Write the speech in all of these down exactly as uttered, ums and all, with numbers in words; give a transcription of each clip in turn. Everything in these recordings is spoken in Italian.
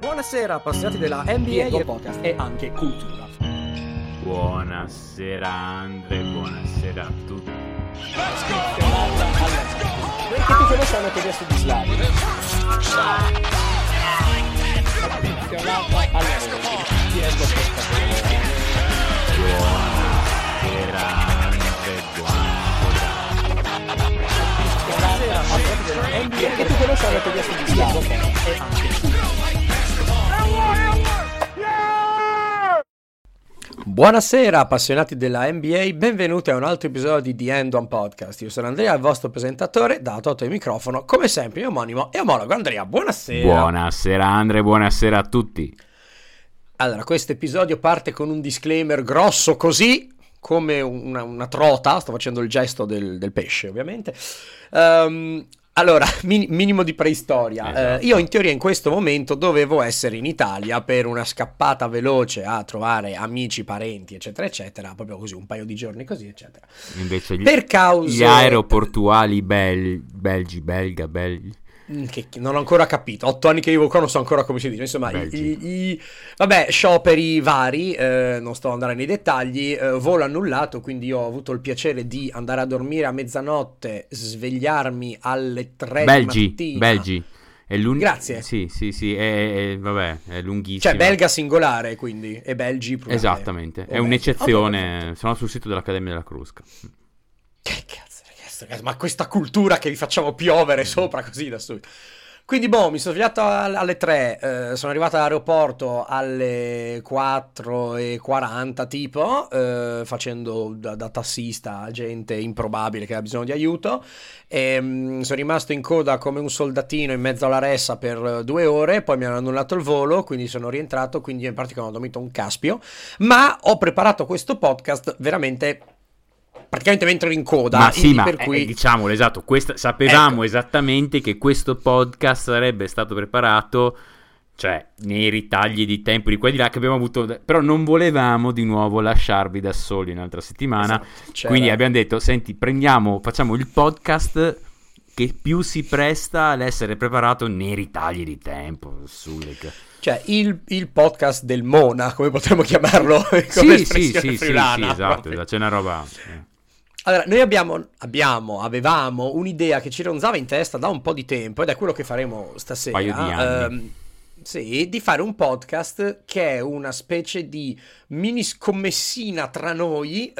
Buonasera appassionati della N B A e podcast e anche cultura. Buonasera Andre, buonasera a tutti. Let's go! Perché tutti lo sanno che adesso di Slavio. Buonasera Andre, buonasera appassionati della N B A. Perché tutti lo sanno che adesso di Slavio e anche cultura. Buonasera appassionati della N B A, benvenuti a un altro episodio di The End One Podcast. Io sono Andrea, il vostro presentatore, da Toto il microfono, come sempre mio omonimo e omologo Andrea. Buonasera. Buonasera Andre, buonasera a tutti. Allora, questo episodio parte con un disclaimer grosso così, come una, una trota, sto facendo il gesto del, del pesce ovviamente. Um, Allora, min- minimo di preistoria. Esatto. Eh, io in teoria in questo momento dovevo essere in Italia per una scappata veloce a trovare amici, parenti, eccetera, eccetera, proprio così, un paio di giorni così, eccetera. Invece gli, per cause... gli aeroportuali bel- belgi, belga, belgi. Che, che non ho ancora capito, otto anni che vivo qua, non so ancora come si dice, insomma, i, i, i, vabbè, scioperi vari, eh, non sto andando nei dettagli, eh, volo annullato, quindi io ho avuto il piacere di andare a dormire a mezzanotte, svegliarmi alle tre Belgi, di mattina. Belgi, è lung- Grazie. Sì, sì, sì, è, è, vabbè, è lunghissimo. Cioè, belga singolare, quindi, e belgi plurale. Esattamente, è O un'eccezione, belgi. sono sul sito dell'Accademia della Crusca. Che cazzo, ragazzi, ma questa cultura che vi facciamo piovere sopra così da subito. Quindi, boh, mi sono svegliato alle tre, eh, sono arrivato all'aeroporto alle quattro e quaranta tipo, eh, facendo da, da tassista a gente improbabile che ha bisogno di aiuto, e mh, sono rimasto in coda come un soldatino in mezzo alla ressa per due ore, poi mi hanno annullato il volo, quindi sono rientrato, quindi in pratica non ho dormito un caspio, ma ho preparato questo podcast veramente... praticamente mentre ero in coda. Ma sì, ma per cui... eh, diciamolo, esatto, questa, sapevamo ecco. esattamente che questo podcast sarebbe stato preparato, cioè nei ritagli di tempo di qua e di là che abbiamo avuto, però non volevamo di nuovo lasciarvi da soli un'altra settimana, esatto, quindi abbiamo detto, senti, prendiamo, facciamo il podcast che più si presta ad essere preparato nei ritagli di tempo, sulle... Cioè, il, il podcast del Mona, come potremmo chiamarlo, come sì, sì, sì, friulana. Sì, sì, esatto, c'è una roba... Allora, noi abbiamo, abbiamo, avevamo un'idea che ci ronzava in testa da un po' di tempo, ed è quello che faremo stasera. Un paio di anni. Ehm, sì, di fare un podcast che è una specie di mini scommessina tra noi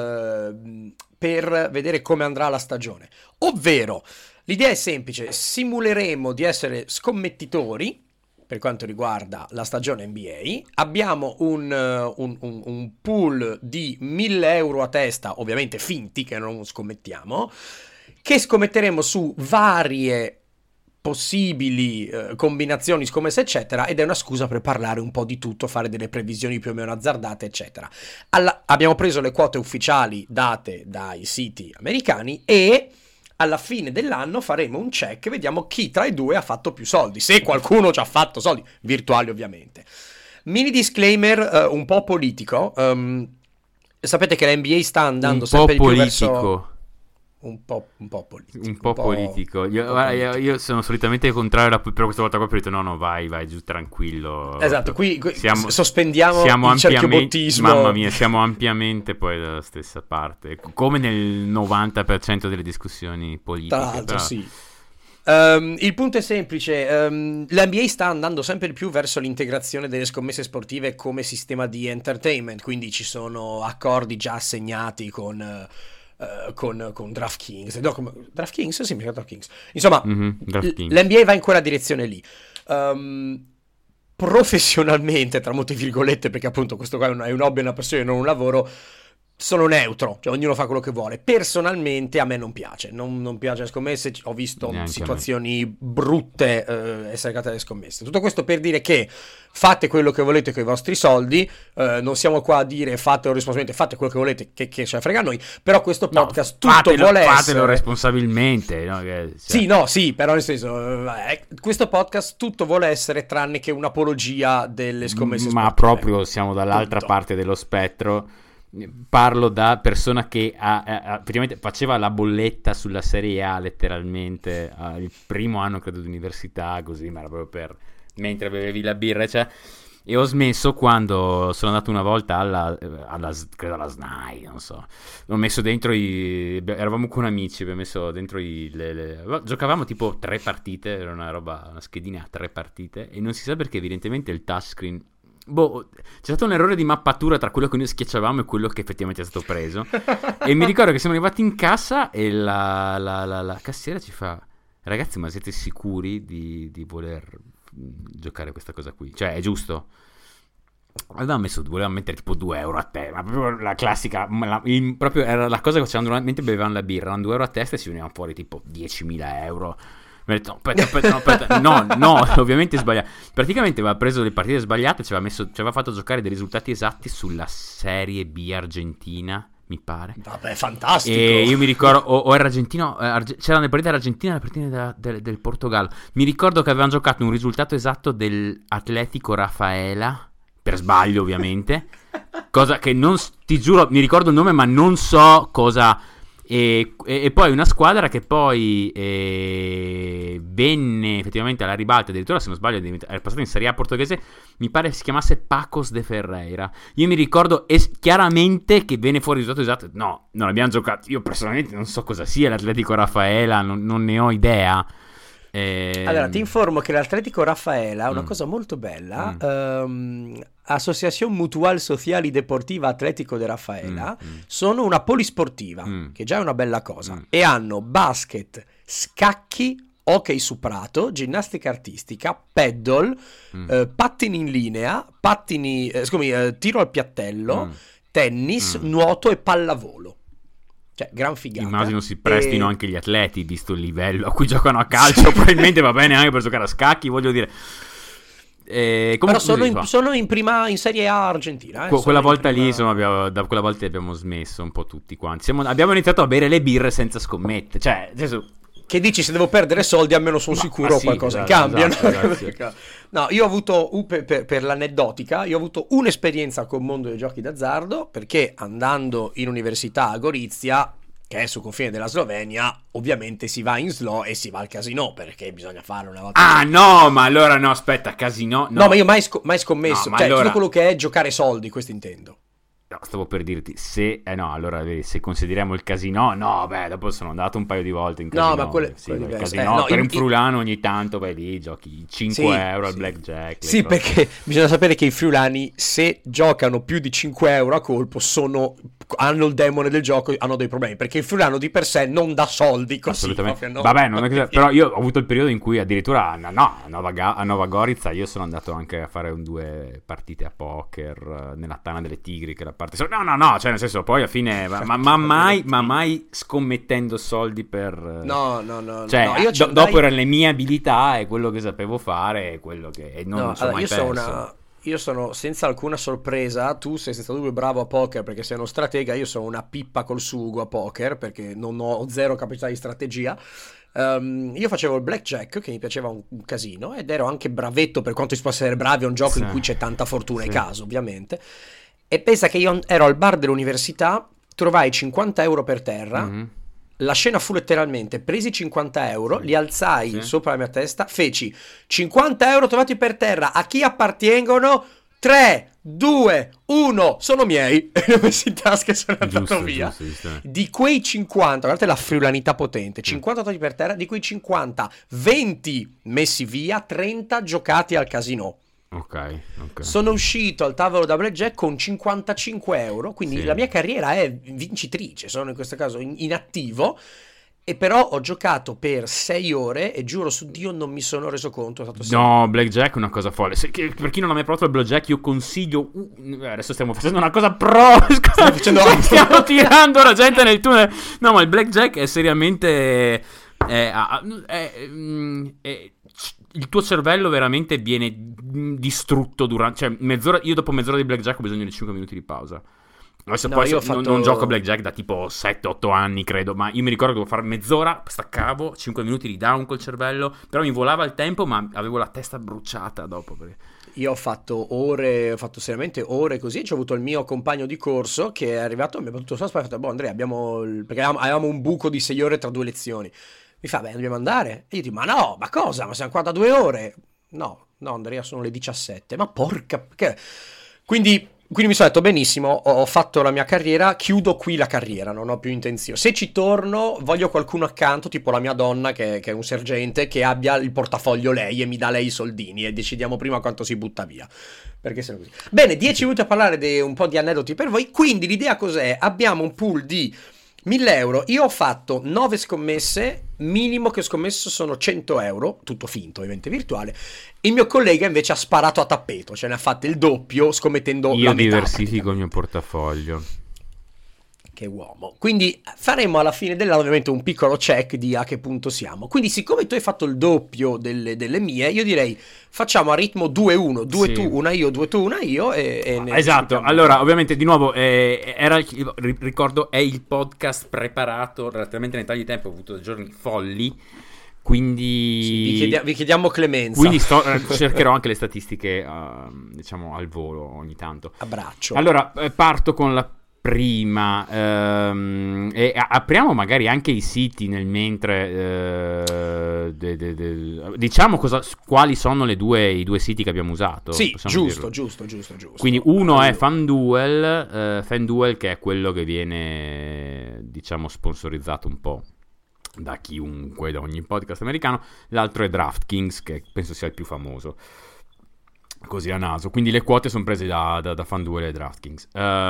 eh, per vedere come andrà la stagione. Ovvero, l'idea è semplice, simuleremo di essere scommettitori per quanto riguarda la stagione N B A, abbiamo un, uh, un, un, un pool di mille euro a testa, ovviamente finti, che non scommettiamo, che scommetteremo su varie possibili uh, combinazioni, scommesse, eccetera, ed è una scusa per parlare un po' di tutto, fare delle previsioni più o meno azzardate, eccetera. Alla, abbiamo preso le quote ufficiali date dai siti americani e... alla fine dell'anno faremo un check e vediamo chi tra i due ha fatto più soldi, se qualcuno ci ha fatto soldi, virtuali ovviamente. Mini disclaimer uh, un po' politico, um, sapete che la N B A sta andando un sempre po' di più politico. verso... Un po', un po' politico. Un po' un po', politico. Io, un po' guarda, politico. Io, io sono solitamente contrario, però questa volta qua ho detto no, no, vai, vai, giù tranquillo. Esatto, qui, qui siamo, sospendiamo siamo il cerchiobottismo. Mamma mia, siamo ampiamente poi dalla stessa parte, come nel novanta per cento delle discussioni politiche. Tra l'altro, però... sì. Um, il punto è semplice, um, l'N B A sta andando sempre di più verso l'integrazione delle scommesse sportive come sistema di entertainment, quindi ci sono accordi già assegnati con... Uh, con, con DraftKings, no, come, DraftKings? Sì, mi chiama DraftKings. Insomma, mm-hmm, DraftKings. l'N B A va in quella direzione lì. Um, professionalmente, tra molte virgolette, perché appunto questo qua è un, è un hobby, una passione, non un lavoro, sono neutro, cioè ognuno fa quello che vuole. Personalmente a me non piace, non, non piace le scommesse, ho visto Neanche situazioni brutte eh, essere legate alle scommesse. Tutto questo per dire che fate quello che volete con i vostri soldi, eh, non siamo qua a dire fatelo responsabilmente, fate quello che volete, che, che ce ne frega a noi, però questo podcast no, tutto fatelo, vuole fatelo essere... Fatelo responsabilmente, no? Che, cioè... Sì, no, sì, però nel senso, eh, questo podcast tutto vuole essere tranne che un'apologia delle scommesse ma sportive. proprio siamo dall'altra Punto. parte dello spettro. Parlo da persona che ha, ha, ha, praticamente faceva la bolletta sulla Serie A letteralmente uh, il primo anno credo di università, così, ma era proprio per mentre bevevi la birra, cioè. E ho smesso quando sono andato una volta alla, alla credo alla S N A I, non so. Ho messo dentro i... Eravamo con amici, abbiamo messo dentro i... Le, le... Giocavamo tipo tre partite, era una roba, una schedina a tre partite, e non si sa perché evidentemente il touchscreen... Boh, c'è stato un errore di mappatura tra quello che noi schiacciavamo e quello che effettivamente è stato preso. E mi ricordo che siamo arrivati in cassa e la, la, la, la cassiera ci fa: ragazzi, ma siete sicuri di, di voler giocare questa cosa qui? Cioè, è giusto? Avevamo messo, volevamo mettere tipo due euro a testa, ma proprio la classica, la, il, proprio era la cosa che facevamo durante, bevevamo la birra, erano due euro a testa e ci venivano fuori tipo diecimila euro. Mi ha detto: no, aspetta, aspetta, no, aspetta. No, no, ovviamente sbagliato. Praticamente aveva preso le partite sbagliate, ci aveva, messo, ci aveva fatto giocare dei risultati esatti sulla Serie B argentina, mi pare. Vabbè, fantastico. E io mi ricordo, o, o era argentino, eh, Arge- c'erano le partite dell'Argentina e le partite della, del, del Portogallo. Mi ricordo che avevano giocato un risultato esatto dell'Atletico Raffaela, per sbaglio ovviamente, cosa che non, ti giuro, mi ricordo il nome ma non so cosa... E, e, e poi una squadra che poi eh, venne effettivamente alla ribalta, addirittura se non sbaglio è passato in Serie A portoghese, mi pare si chiamasse Pacos de Ferreira. Io mi ricordo es- chiaramente che venne fuori il risultato esatto. No, non abbiamo giocato, io personalmente non so cosa sia l'Atletico Raffaela, non, non ne ho idea. Eh... Allora, ti informo che l'Atletico Raffaela è una Mm. cosa molto bella. Mm. ehm, Associación Mutual Social y Deportiva Atletico de Raffaela Mm, mm. sono una polisportiva, Mm. che già è una bella cosa, Mm. e hanno basket, scacchi, hockey su prato, ginnastica artistica, paddle, Mm. eh, pattini in linea, pattini, eh, scusami, eh, tiro al piattello, Mm. tennis, Mm. nuoto e pallavolo. Cioè, gran figata. Immagino si prestino E- anche gli atleti, visto il livello a cui giocano a calcio. Probabilmente va bene anche per giocare a scacchi, voglio dire. Eh, Però comunque, sono così in, fa. sono in prima in Serie A argentina. Eh, Que- sono quella in volta prima- lì, insomma, abbiamo, da quella volta abbiamo smesso un po' tutti quanti. Siamo- abbiamo iniziato a bere le birre senza scommette. Cioè, nel senso, Che dici, se devo perdere soldi almeno sono Ma- sicuro ma sì, qualcosa esatto, cambia. esatto, no? esatto. No, io ho avuto, un- per, per- per l'aneddotica, io ho avuto un'esperienza col mondo dei giochi d'azzardo, perché andando in università a Gorizia, che è sul confine della Slovenia, ovviamente si va in Slo e si va al casino, perché bisogna farlo una volta. ah no, ma allora no, aspetta, casino. No, No, ma io mai, sco- mai scommesso, No, ma cioè allora- tutto quello che è giocare soldi, questo intendo. No, stavo per dirti, se, eh no, allora vedi, se consideriamo il casino, no, beh, dopo sono andato un paio di volte in No, casino. ma quelle- sì, quelle il diverse. casino, Eh, no, per in- un frulano ogni tanto vai lì, giochi cinque Sì, euro al sì. blackjack. le Sì, cose. perché bisogna sapere che i friulani, se giocano più di cinque euro a colpo, sono, hanno il demone del gioco, hanno dei problemi, perché il friulano di per sé non dà soldi così. Assolutamente. proprio, no. Vabbè, non è che- però io ho avuto il periodo in cui addirittura a, no, a, Nova, Ga- a Nova Gorizia io sono andato anche a fare un, due partite a poker eh, nella Tana delle Tigri, che è la parte... No, no, no, cioè nel senso poi alla fine... Ma, ma- ma mai, ma mai scommettendo soldi per... eh, No, no, no. Cioè, no, io ci do- andai- dopo erano le mie abilità e quello che sapevo fare e quello che... E non, no, non sono allora, mai io sono perso. una... Io sono senza alcuna sorpresa, tu sei senza dubbio bravo a poker perché sei uno stratega, io sono una pippa col sugo a poker perché non ho zero capacità di strategia. Ehm, io facevo il blackjack che mi piaceva un, un casino ed ero anche bravetto per quanto si possa essere bravi, è un gioco Sì. in cui c'è tanta fortuna e Sì. caso ovviamente. E pensa che io ero al bar dell'università, trovai cinquanta euro per terra. Mhm. La scena fu letteralmente: presi cinquanta euro, li alzai Sì. sopra la mia testa, feci cinquanta euro trovati per terra, a chi appartengono? tre, due, uno, sono miei. E li ho messi in tasca e sono andato Giusto, via. giusto, giusto. Di quei cinquanta, guardate la friulanità potente, cinquanta trovati per terra, di quei cinquanta, venti messi via, trenta giocati al casino. Ok, ok. Sono uscito al tavolo da blackjack con cinquantacinque euro, quindi Sì. la mia carriera è vincitrice, sono in questo caso in, in attivo, e però ho giocato per sei ore e giuro su Dio non mi sono reso conto. È stato sempre- No, blackjack è una cosa folle. Se- che- per chi non ha mai provato il blackjack, io consiglio. uh, adesso stiamo facendo una cosa pro. Scusa, facendo- stiamo tirando la gente nel tunnel. No, ma il blackjack è seriamente. È, è- è- mm, è- il tuo cervello veramente viene mm, distrutto durante. Cioè, mezz'ora. Io dopo mezz'ora di blackjack ho bisogno di cinque minuti di pausa. Adesso No, poi io ho so- non, fatto- non gioco a blackjack da tipo sette otto anni, credo. Ma io mi ricordo che dovevo fare mezz'ora, staccavo, cinque minuti di down col cervello. Però mi volava il tempo, ma avevo la testa bruciata dopo. Perché... Io ho fatto ore, ho fatto seriamente ore così, e c'ho avuto il mio compagno di corso che è arrivato e mi ha battuto sopra e ha fatto: boh Andrea, abbiamo il... perché avevamo, avevamo un buco di sei ore tra due lezioni. Mi fa: beh, dobbiamo andare. E io dico: ma no, ma cosa? Ma siamo qua da due ore. No, No, Andrea, sono le diciassette. Ma porca... Che... Quindi... Quindi mi sono detto benissimo, ho fatto la mia carriera, chiudo qui la carriera, non ho più intenzione. Se ci torno voglio qualcuno accanto, tipo la mia donna che, che è un sergente, che abbia il portafoglio lei e mi dà lei i soldini e decidiamo prima quanto si butta via. Perché se no così. Bene, dieci minuti a parlare di un po' di aneddoti per voi, quindi l'idea cos'è? Abbiamo un pool di mille euro, io ho fatto nove scommesse, minimo che ho scommesso sono cento euro, tutto finto, ovviamente virtuale. Il mio collega invece ha sparato a tappeto, cioè ne ha fatte il doppio scommettendo io la metà. Io diversifico il mio portafoglio. Che uomo. Quindi faremo alla fine dell'anno ovviamente un piccolo check di a che punto siamo. Quindi siccome tu hai fatto il doppio delle, delle mie, io direi facciamo a ritmo due uno, due sì. tu, una io, due tu, una io e, e ne esatto, allora ovviamente di nuovo eh, era il, ricordo è il podcast preparato relativamente nei tagli di tempo, ho avuto giorni folli. Quindi sì, vi, chiediamo, vi chiediamo clemenza. Quindi sto, cercherò anche le statistiche uh, diciamo al volo ogni tanto. A braccio. Allora eh, parto con la prima ehm, e apriamo magari anche i siti nel mentre eh, de, de, de, diciamo cosa, quali sono le due, i due siti che abbiamo usato. Sì, giusto, giusto, giusto, giusto. Quindi uno è FanDuel, eh, FanDuel che è quello che viene diciamo sponsorizzato un po' da chiunque, da ogni podcast americano. L'altro è DraftKings, che penso sia il più famoso, così a naso. Quindi le quote sono prese da, da, da FanDuel e DraftKings.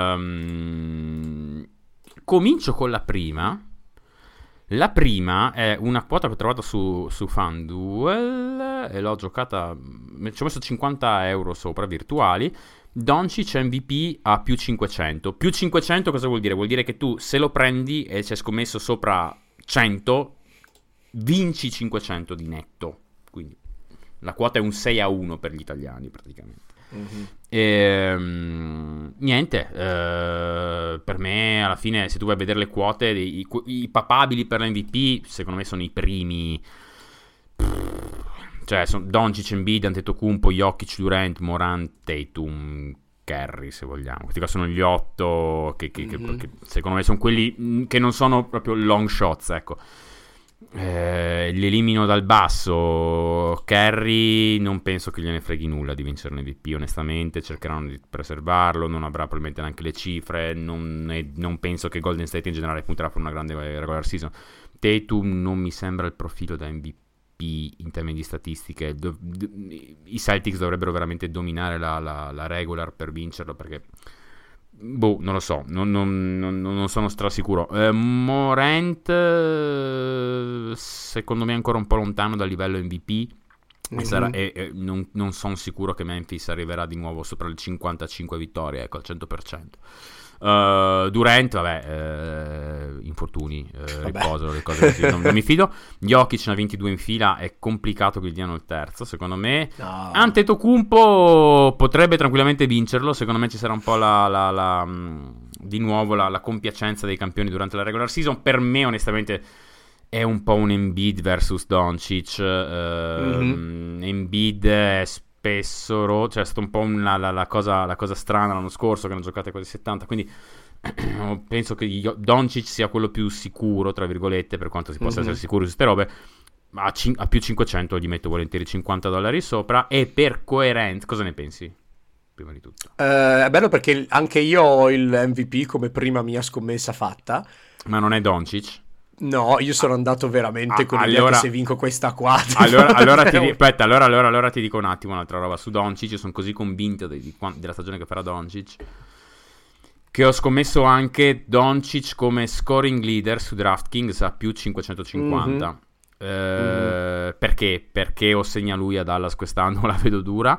Um, comincio con la prima. La prima è una quota che ho trovato su, su FanDuel e l'ho giocata, ci ho messo cinquanta euro sopra virtuali. Doncic M V P a più cinquecento. Più cinquecento cosa vuol dire? Vuol dire che tu se lo prendi e ci hai scommesso sopra cento, vinci cinquecento di netto. Quindi la quota è un sei a uno per gli italiani praticamente. Mm-hmm. E, um, niente, uh, per me alla fine se tu vai a vedere le quote, i, i, i papabili per l'M V P secondo me sono i primi. Cioè sono Doncic, Embiid, Antetokounmpo, Jokic, Durant, Morant, Tatum, Curry se vogliamo. Questi qua sono gli otto che, che, mm-hmm. che, che secondo me sono quelli che non sono proprio long shots, ecco. Eh, li elimino dal basso. Curry non penso che gliene freghi nulla di vincere un M V P, onestamente cercheranno di preservarlo, non avrà probabilmente neanche le cifre, non, è, non penso che Golden State in generale punterà per una grande regular season. Tatum non mi sembra il profilo da M V P in termini di statistiche. Do, do, i Celtics dovrebbero veramente dominare la, la, la regular per vincerlo, perché boh, non lo so, non, non, non, non sono strasicuro. eh, Morant eh, secondo me è ancora un po' lontano dal livello M V P. Mm-hmm. E, sarà, e, e non, non sono sicuro che Memphis arriverà di nuovo sopra le cinquantacinque vittorie, ecco, al cento per cento. Uh, Durant, vabbè, eh, infortuni, eh, riposo, le cose così, non, non mi fido. Jokic ne ha ventidue in fila, è complicato che gli diano il terzo, secondo me. No. Antetokounmpo potrebbe tranquillamente vincerlo, secondo me ci sarà un po' la, la, la mh, di nuovo la, la compiacenza dei campioni durante la regular season. Per me onestamente è un po' un Embiid versus Doncic. uh, mm-hmm. Embiid è spesso ro- cioè è stata un po' una, la, la, cosa, la cosa strana l'anno scorso che hanno giocato quasi settanta, quindi penso che io, Doncic sia quello più sicuro tra virgolette, per quanto si possa mm-hmm. essere sicuri su queste robe. A, cin- a più cinquecento gli metto volentieri cinquanta dollari sopra. E per coerenza, cosa ne pensi? Prima di tutto uh, è bello perché anche io ho il M V P come prima mia scommessa fatta, ma non è Doncic. No, io sono andato veramente ah, con l'idea allora, che se vinco questa quadra. Allora, allora, ti, aspetta, allora, allora, allora ti dico un attimo un'altra roba su Doncic. Io sono così convinto di, di, della stagione che farà Doncic che ho scommesso anche Doncic come scoring leader su DraftKings a più cinquecentocinquanta. Mm-hmm. Eh, mm-hmm. Perché? Perché ho segna lui a Dallas quest'anno, la vedo dura.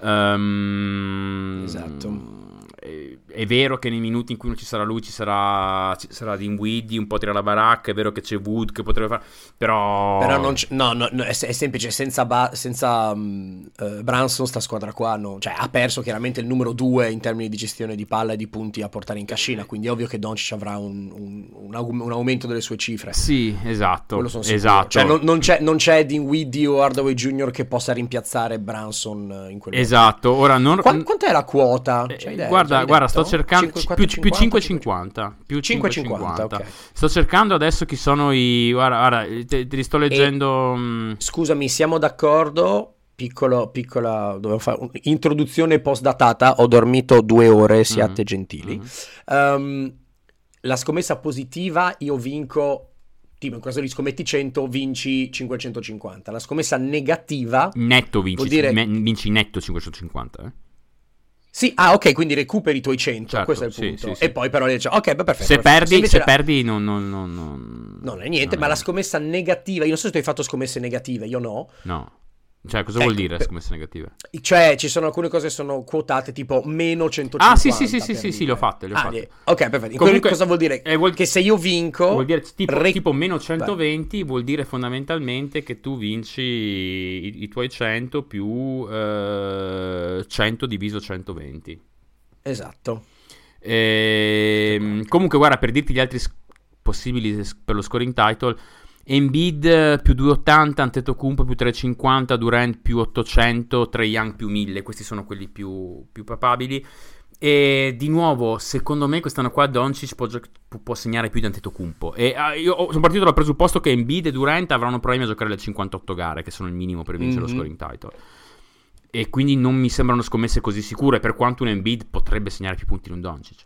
Um, esatto. È, è vero che nei minuti in cui non ci sarà lui ci sarà, ci sarà Dinwiddie un po' tira la baracca, è vero che c'è Wood che potrebbe fare, però però non c- no, no, no è, è semplice, senza, ba- senza um, uh, Brunson sta squadra qua no, cioè ha perso chiaramente il numero due in termini di gestione di palla e di punti a portare in cascina, quindi è ovvio che Doncic avrà un, un, un, aug- un aumento delle sue cifre. Sì, esatto, esatto. Cioè non, non, c'è, non c'è Dinwiddie o Hardaway Junior che possa rimpiazzare Brunson in quel esatto momento. Ora non... Qu- quant'è la quota? Eh, idea, guarda, guarda sto cercando cinque, più, più cinque virgola cinquanta più cinque virgola cinquanta okay. Sto cercando adesso chi sono i guarda, guarda te, te li sto leggendo. E, scusami, siamo d'accordo piccolo, piccola, dovevo fare un'introduzione post datata, ho dormito due ore, siate Mhm. gentili. Mhm. Um, la scommessa positiva, io vinco, tipo in caso di scommetti cento, vinci cinquecentocinquanta. La scommessa negativa Netto vuol vinci, dire... me- vinci netto cinquecentocinquanta, eh? Sì, ah ok, quindi recuperi i tuoi cento, Certo, questo è il sì, punto. sì, sì. E poi però dice, ok, beh, perfetto. Se perfetto. perdi, invece se la- perdi non, non, non, non, Non è niente, non ma è- la scommessa negativa, io non so se tu hai fatto scommesse negative, io no. No. Cioè, cosa vuol Ecco, dire per- scommesse negative? Cioè, ci sono alcune cose che sono quotate tipo meno centocinquanta. Ah, sì, sì, sì, sì, per sì, sì, dire. le ho fatte, le ho Ah, fatte. di- ok, perfetto. In Comunque, quel- cosa vuol dire? eh, vuol- Che se io vinco... Vuol dire tipo, re- tipo meno centoventi, vuol dire fondamentalmente che tu vinci i, i tuoi cento più eh, cento diviso centoventi. Esatto. Ehm, comunque, guarda, per dirti gli altri s- possibili s- per lo scoring title, Embiid eh, più duecentottanta, Antetokounmpo più trecentocinquanta, Durant più ottocento, Trae Young più mille. Questi sono quelli più, più papabili. E di nuovo, secondo me quest'anno qua Doncic può, gio- può- può segnare più di Antetokounmpo. E ah, io ho- sono partito dal presupposto che Embiid e Durant avranno problemi a giocare le cinquantotto gare, che sono il minimo per vincere Mhm. lo scoring title. E quindi non mi sembrano scommesse così sicure, per quanto un Embiid potrebbe segnare più punti di un Doncic.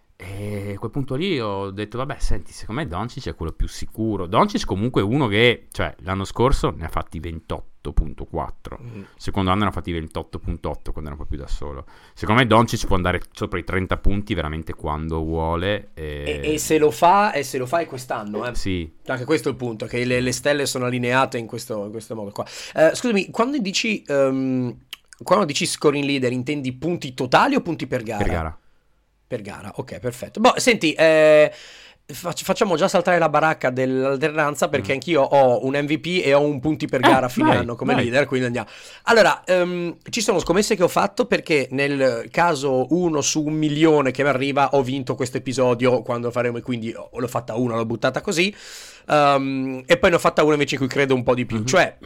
E a quel punto lì ho detto, vabbè, senti, secondo me Doncic è quello più sicuro. Doncic comunque è uno che, cioè, l'anno scorso ne ha fatti ventotto virgola quattro. Mm. Secondo anno ne ha fatti ventotto virgola otto quando era un po' più da solo. Secondo me Doncic può andare sopra i trenta punti veramente quando vuole. E, E, e se lo fa, e se lo fa è quest'anno, eh. Sì. Anche questo è il punto, che le, le stelle sono allineate in questo, in questo modo qua. Eh, scusami, quando dici, ehm, quando dici scoring leader, intendi punti totali o punti per gara? Per gara. Per gara, ok, perfetto. Boh, senti, eh, fac- facciamo già saltare la baracca dell'alternanza perché Mm. anch'io ho un M V P e ho un punti per Eh, gara a fine vai, anno come vai. leader, quindi andiamo. Allora, ehm, ci sono scommesse che ho fatto perché nel caso uno su un milione che mi arriva ho vinto questo episodio quando faremo, quindi ho- l'ho fatta una, l'ho buttata così, Ehm, e poi ne ho fatta una invece in cui credo un po' di più, Mhm. cioè...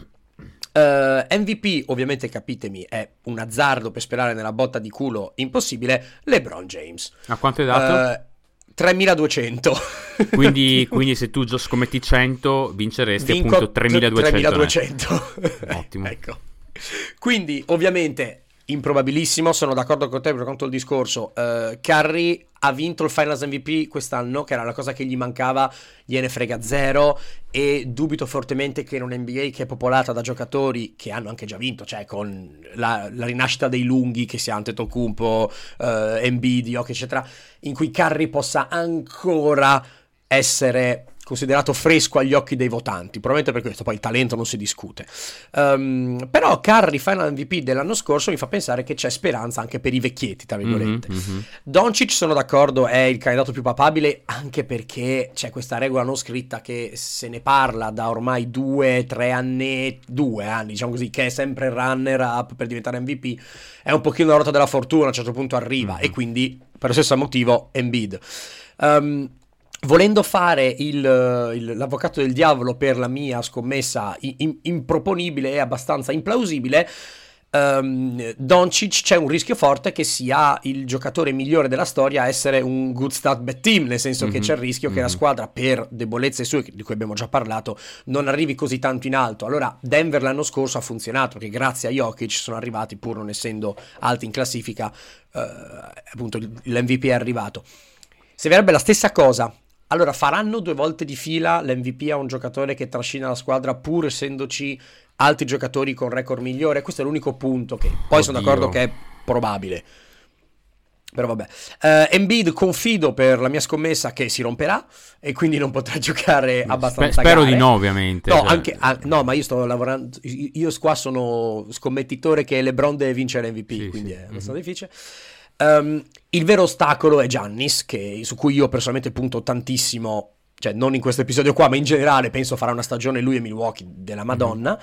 Uh, M V P, ovviamente capitemi, è un azzardo per sperare nella botta di culo impossibile. LeBron James, A quanto hai dato? uh, tremiladuecento. Quindi, quindi se tu gio- scommetti cento, vinceresti Vinco appunto tremiladuecento. tremiladuecento. Ottimo. Ecco. Quindi, ovviamente, improbabilissimo. Sono d'accordo con te per quanto il discorso. Uh, Curry ha vinto il Finals M V P quest'anno, che era la cosa che gli mancava. Gliene frega zero. E dubito fortemente che in un N B A che è popolata da giocatori che hanno anche già vinto, cioè con la, la rinascita dei lunghi, che sia Antetokounmpo, uh, Embiid, Jokic, eccetera, in cui Curry possa ancora essere considerato fresco agli occhi dei votanti, probabilmente per questo, poi il talento non si discute. Um, però Curry Final M V P dell'anno scorso mi fa pensare che c'è speranza anche per i vecchietti, tra virgolette. Mhm, mhm. Doncic, sono d'accordo, è il candidato più papabile, anche perché c'è questa regola non scritta che se ne parla da ormai due, tre anni, due anni, diciamo così, che è sempre runner up per diventare M V P. È un pochino la ruota della fortuna, a un certo punto arriva, Mhm. e quindi per lo stesso motivo Embiid. Um, Volendo fare il, il- l'avvocato del diavolo per la mia scommessa i- in- improponibile e abbastanza implausibile, ehm, Doncic, c'è un rischio forte che sia il giocatore migliore della storia a essere un good stat bad team, nel senso che Mhm, c'è il rischio che la mhm. squadra, per debolezze sue, di cui abbiamo già parlato, non arrivi così tanto in alto. Allora Denver l'anno scorso ha funzionato perché grazie a Jokic sono arrivati, pur non essendo alti in classifica, eh, appunto l'M V P è arrivato. Servirebbe la stessa cosa. Allora faranno due volte di fila l'M V P a un giocatore che trascina la squadra pur essendoci altri giocatori con record migliore? Questo è l'unico punto che poi sono Oddio. d'accordo che è probabile. Però vabbè. Eh, Embiid confido per la mia scommessa che si romperà e quindi non potrà giocare abbastanza Spe- spero gare. di no, ovviamente. No, cioè. anche, ah, no, ma io sto lavorando. Io io qua sono scommettitore che LeBron deve vincere M V P, Sì, quindi sì. è abbastanza Mhm. difficile. Um, il vero ostacolo è Giannis, che, su cui io personalmente punto tantissimo, cioè non in questo episodio qua, ma in generale penso farà una stagione lui e Milwaukee della Madonna.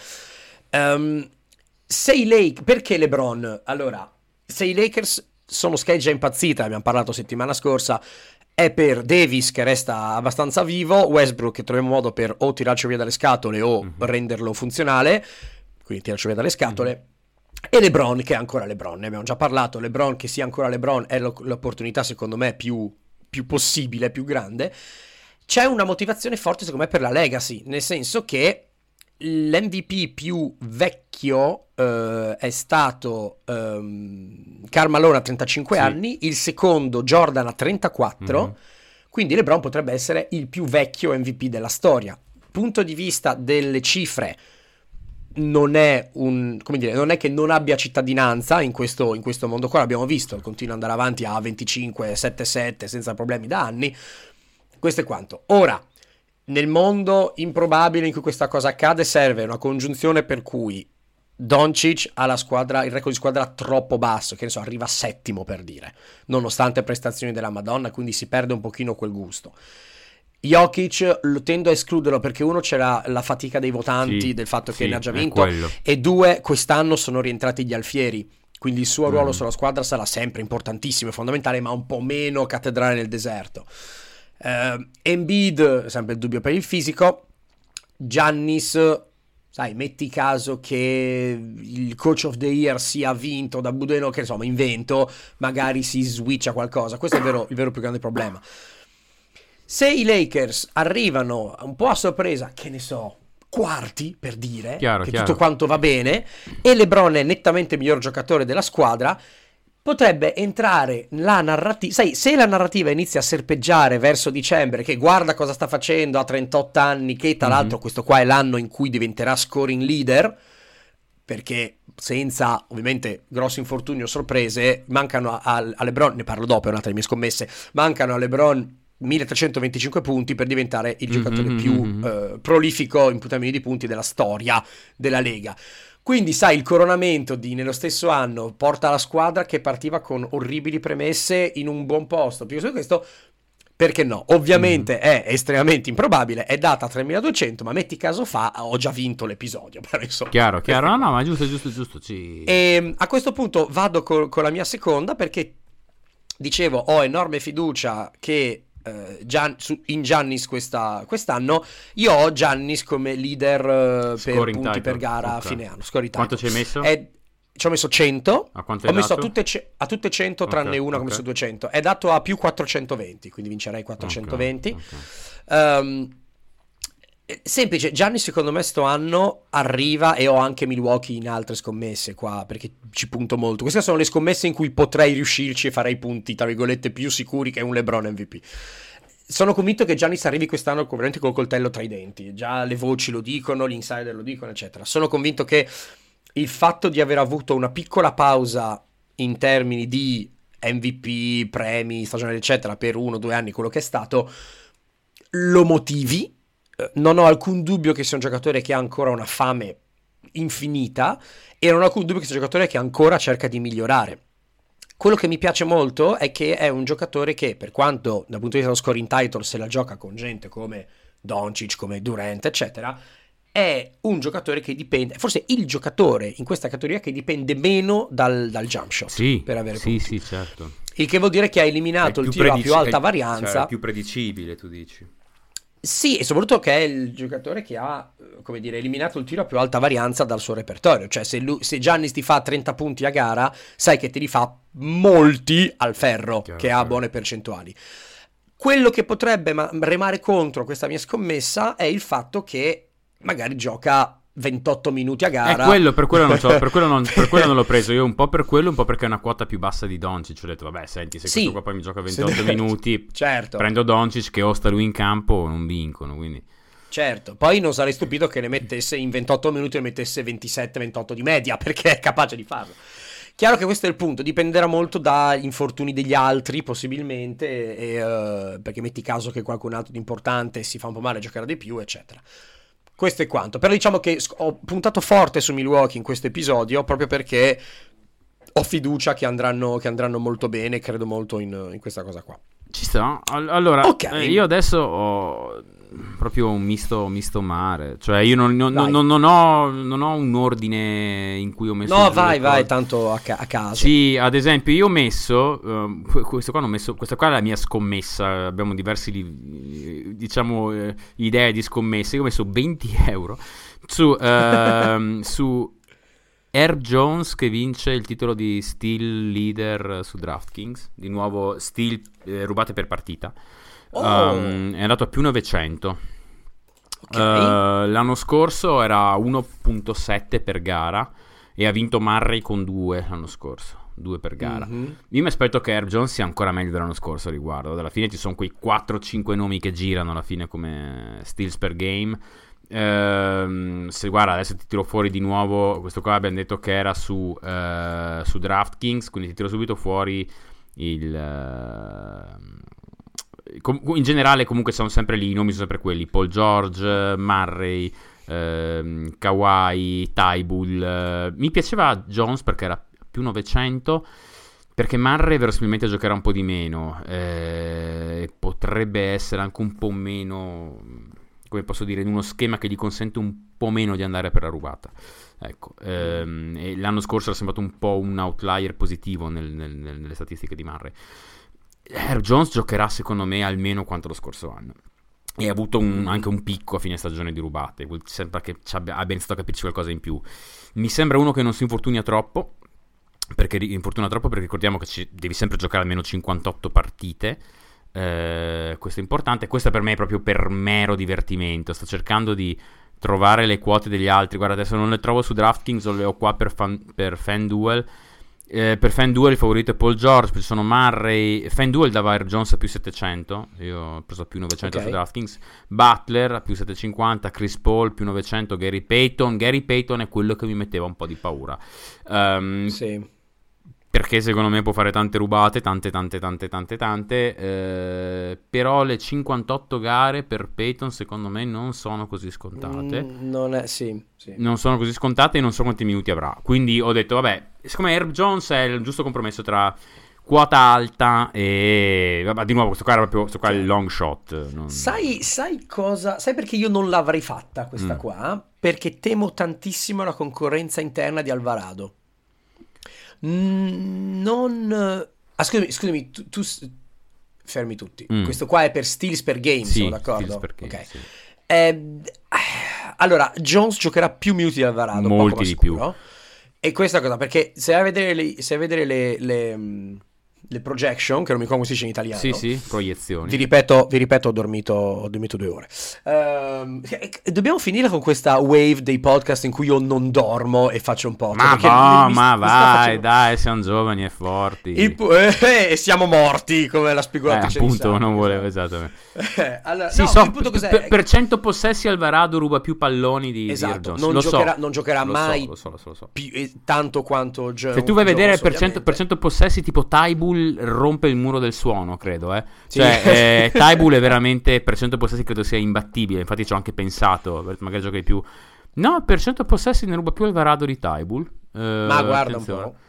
Um, se i Lakers, perché LeBron? Allora, se i Lakers sono scheggia impazzita, abbiamo parlato settimana scorsa, è per Davis che resta abbastanza vivo, Westbrook che troviamo modo per o tirarci via dalle scatole o Mhm. renderlo funzionale, quindi tirarci via dalle scatole. E LeBron che è ancora LeBron, ne abbiamo già parlato. LeBron che sia ancora LeBron è lo- l'opportunità secondo me più, più possibile, più grande. C'è una motivazione forte secondo me per la legacy, nel senso che l'M V P più vecchio uh, è stato um, Karl Malone a trentacinque sì. anni, il secondo Jordan a trentaquattro, mm-hmm. quindi LeBron potrebbe essere il più vecchio M V P della storia. Punto di vista delle cifre, non è un, come dire, non è che non abbia cittadinanza in questo, in questo mondo qua, l'abbiamo visto, continua ad andare avanti a venticinque sette sette senza problemi da anni. Questo è quanto. Ora, nel mondo improbabile in cui questa cosa accade, serve una congiunzione per cui Doncic ha la squadra, il record di squadra troppo basso, che ne so, arriva settimo per dire, nonostante prestazioni della Madonna, quindi si perde un pochino quel gusto. Jokic lo tendo a escluderlo perché uno c'era la fatica dei votanti, sì, del fatto che sì, ne ha già vinto, e due, quest'anno sono rientrati gli alfieri, quindi il suo ruolo mm. sulla squadra sarà sempre importantissimo e fondamentale, ma un po' meno cattedrale nel deserto. uh, Embiid, sempre il dubbio per il fisico. Giannis, sai, metti caso che il coach of the year sia vinto da Budeno, che insomma invento, magari si switcha qualcosa, questo è il vero, il vero più grande problema. Se i Lakers arrivano un po' a sorpresa, che ne so, quarti per dire, chiaro, che chiaro. tutto quanto va bene, e LeBron è nettamente il miglior giocatore della squadra, potrebbe entrare la narrativa. Sai, se la narrativa inizia a serpeggiare verso dicembre, che guarda cosa sta facendo a trentotto anni, che tra mm-hmm. l'altro questo qua è l'anno in cui diventerà scoring leader, perché senza ovviamente grossi infortuni o sorprese, mancano a, a, a LeBron, ne parlo dopo, è un'altra delle mie scommesse, mancano a LeBron milletrecentoventicinque punti per diventare il giocatore mm-hmm, più mm-hmm. eh, prolifico in termini di punti della storia della Lega. Quindi sai, il coronamento di nello stesso anno porta la squadra che partiva con orribili premesse in un buon posto. Più su questo, perché no? Ovviamente mm. è estremamente improbabile, è data a tremiladuecento, ma metti caso fa, ho già vinto l'episodio, però insomma. Chiaro, chiaro, no, no, ma giusto, giusto, giusto. Ci... E a questo punto vado co- con la mia seconda, perché dicevo, ho enorme fiducia che Gian, su, in Giannis questa, quest'anno. Io ho Giannis come leader uh, per punti title. Per gara a okay. fine anno. Quanto ci hai messo? È, ci ho messo cento. A quanto ho hai messo dato? a tutte, a tutte cento tranne okay, una okay. Ho messo duecento. È dato a più quattrocentoventi, quindi vincerei quattrocentoventi. Okay, okay. Um, semplice, Giannis secondo me sto anno arriva, e ho anche Milwaukee in altre scommesse qua, perché ci punto molto. Queste sono le scommesse in cui potrei riuscirci e farei punti, tra virgolette, più sicuri che un LeBron M V P. Sono convinto che Giannis arrivi quest'anno veramente col coltello tra i denti, già le voci lo dicono, gli insider lo dicono, eccetera. Sono convinto che il fatto di aver avuto una piccola pausa in termini di M V P, premi, stagionali, eccetera, per uno o due anni, quello che è stato, lo motivi. Non ho alcun dubbio che sia un giocatore che ha ancora una fame infinita, e non ho alcun dubbio che sia un giocatore che ancora cerca di migliorare. Quello che mi piace molto è che è un giocatore che, per quanto dal punto di vista dello scoring title se la gioca con gente come Doncic, come Durant, eccetera, è un giocatore che dipende, forse il giocatore in questa categoria che dipende meno dal, dal jump shot, sì, per avere sì, punti. Sì, certo. Il che vuol dire che ha eliminato il tiro predici- a più alta varianza. Cioè, è più predicibile, tu dici. Sì, e soprattutto che è il giocatore che ha, come dire, eliminato il tiro a più alta varianza dal suo repertorio. Cioè, se, lui, se Giannis ti fa trenta punti a gara, sai che te li fa molti al ferro, chiaro, che ha buone percentuali. Quello che potrebbe ma- remare contro questa mia scommessa è il fatto che magari gioca ventotto minuti a gara. È quello, per quello non, per quello non, per quello non l'ho preso io, un po' per quello, un po' perché è una quota più bassa di Doncic. Ho detto, vabbè, senti, se sì, questo qua poi mi gioca ventotto se... minuti, certo, prendo Doncic, che o sta lui in campo o non vincono, quindi... Certo, poi non sarei stupito che ne mettesse in ventotto minuti e ne mettesse ventisette ventotto di media, perché è capace di farlo. Chiaro che questo è il punto, dipenderà molto da infortuni degli altri, possibilmente, e, uh, perché metti caso che qualcun altro di importante si fa un po' male a giocare di più, eccetera. Questo è quanto. Però diciamo che ho puntato forte su Milwaukee in questo episodio, proprio perché ho fiducia che andranno, che andranno molto bene, credo molto in, in questa cosa qua. Ci sta. Allora, okay. eh, io adesso ho proprio un misto, misto mare. Cioè, io non, non, non, non, ho, non ho un ordine in cui ho messo. No, vai, vai, tanto a, ca- a caso. Sì, ad esempio, io ho messo. Uh, questo qua, non ho messo. Questa qua è la mia scommessa. Abbiamo diversi, diciamo, uh, idee di scommesse. Io ho messo venti euro su, uh, su Air Jones, che vince il titolo di steal leader su DraftKings. Di nuovo, steal eh, rubate per partita. Oh. Um, è andato a più novecento. Uh, l'anno scorso era uno virgola sette per gara e ha vinto Murray con due l'anno scorso, due per gara. Mm-hmm. Io mi aspetto che Herb Jones sia ancora meglio dell'anno scorso a riguardo. Alla fine ci sono quei quattro cinque nomi che girano alla fine come steals per game. Uh, se guarda, adesso ti tiro fuori di nuovo questo qua. Abbiamo detto che era su, uh, su DraftKings, quindi ti tiro subito fuori il... Uh, in generale comunque sono sempre lì, i nomi sono sempre quelli: Paul George, Murray, ehm, Kawhi, Tybull. Eh, mi piaceva Jones perché era più novecento, perché Murray verosimilmente giocherà un po' di meno, eh, potrebbe essere anche un po' meno, come posso dire, in uno schema che gli consente un po' meno di andare per la rubata. Ecco, ehm, e l'anno scorso era sembrato un po' un outlier positivo nel, nel, nelle statistiche di Murray. Herb Jones giocherà secondo me almeno quanto lo scorso anno e ha avuto un, anche un picco a fine stagione di rubate, sembra che abbia iniziato a capirci qualcosa in più. Mi sembra uno che non si infortunia troppo, perché infortuna troppo perché ricordiamo che ci, devi sempre giocare almeno cinquantotto partite, eh, questo è importante. Questa per me è proprio per mero divertimento, sto cercando di trovare le quote degli altri. Guarda, adesso non le trovo su DraftKings, le ho qua per, fan, per FanDuel. Eh, per FanDuel il favorito è Paul George, ci sono Murray. FanDuel dava Herb Jones a più settecento, io ho preso a più novecento, okay, su DraftKings. Butler a più settecentocinquanta, Chris Paul più novecento, Gary Payton. Gary Payton è quello che mi metteva un po' di paura, um, sì, perché secondo me può fare tante rubate, tante tante tante tante tante, eh, però le cinquantotto gare per Payton secondo me non sono così scontate. Mm, non è, sì, sì. Non sono così scontate e non so quanti minuti avrà. Quindi ho detto, vabbè, siccome Herb Jones è il giusto compromesso tra quota alta e... Vabbè, di nuovo, questo qua era proprio questo qua è il long shot. Non... Sai, sai cosa? Sai perché io non l'avrei fatta questa mm. qua? Perché temo tantissimo la concorrenza interna di Alvarado. Non... Ah, scusami, scusami tu, tu... fermi tutti. Mm. Questo qua è per steals per game, sì, sono d'accordo? Steals per game, okay. Sì. Eh, allora, Jones giocherà più minuti di Alvarado, molti poco di sicuro. più. E questa cosa, perché se vai a vedere le, se vai a vedere le, le, le projection, che non mi ricordo come si dice in italiano. Sì, sì, proiezioni. Vi ripeto, vi ripeto ho dormito, ho dormito due ore. Uh, dobbiamo finire con questa wave dei podcast in cui io non dormo e faccio un podcast. Ma no, mi, ma mi vai, facendo... dai, siamo giovani e forti. Il, eh, siamo morti, come la spigolatrice eh, appunto, di non volevo, esattamente. Eh, allora, sì, no, so, il punto cos'è? Per, per cento possessi Alvarado ruba più palloni di, esatto, di non, lo giocherà, so, non giocherà lo mai so, lo so, lo so, lo so. Più, eh, tanto quanto Jones. Se tu vai a vedere Jones, per cento, per cento possessi, tipo Tybull rompe il muro del suono, credo, eh. Sì. Cioè, eh, Tybull è veramente, per cento possessi credo sia imbattibile, infatti ci ho anche pensato, magari giochi di più. No, per cento possessi ne ruba più Alvarado di Tybull. Eh, ma guarda attenzione. un po'.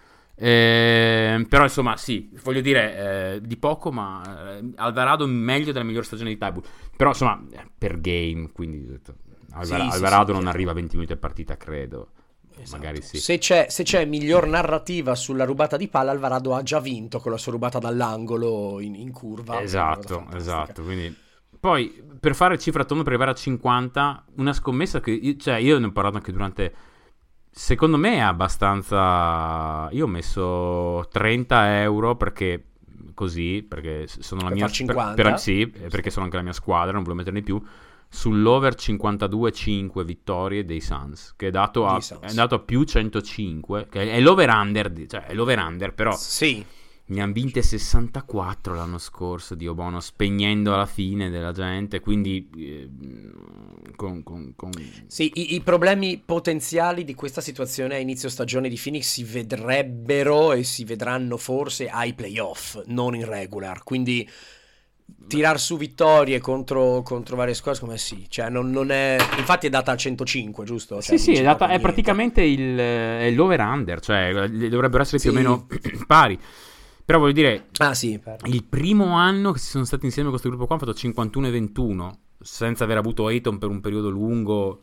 Eh, però insomma sì, voglio dire, eh, di poco, ma eh, Alvarado meglio della migliore stagione di Tybull. Però insomma per game, quindi Alvar- sì, Alvarado sì, non sì, arriva a venti minuti a partita, credo. Esatto. Magari sì. Se c'è, se c'è miglior narrativa sulla rubata di palla, Alvarado ha già vinto con la sua rubata dall'angolo in, in curva. Esatto, esatto. Quindi poi per fare cifra tonda, per arrivare a cinquanta, una scommessa che io, cioè io ne ho parlato anche durante. Secondo me è abbastanza. Io ho messo trenta euro perché così, perché sono la per mia far cinquanta. Per, per, sì, perché sono anche la mia squadra, non volevo metterne di più. Sull'over cinquantadue virgola cinque vittorie dei Suns, che è dato a, è dato a più centocinque, che è l'over under, cioè è l'over under, però sì. Ne hanno vinte sessantaquattro l'anno scorso, Dio buono, spegnendo alla fine della gente, quindi eh, con, con, con... Sì, i, i problemi potenziali di questa situazione a inizio stagione di Phoenix si vedrebbero e si vedranno forse ai playoff, non in regular, quindi tirar su vittorie contro, contro varie squadre come sì, cioè non, non è, infatti è data a centocinque, giusto? Cioè, sì sì, è, data, è praticamente il, è l'over under, cioè dovrebbero essere più sì. o meno pari. Però voglio dire, ah, sì, il primo anno che si sono stati insieme con questo gruppo qua hanno fatto cinquantuno e ventuno, senza aver avuto Ayton per un periodo lungo.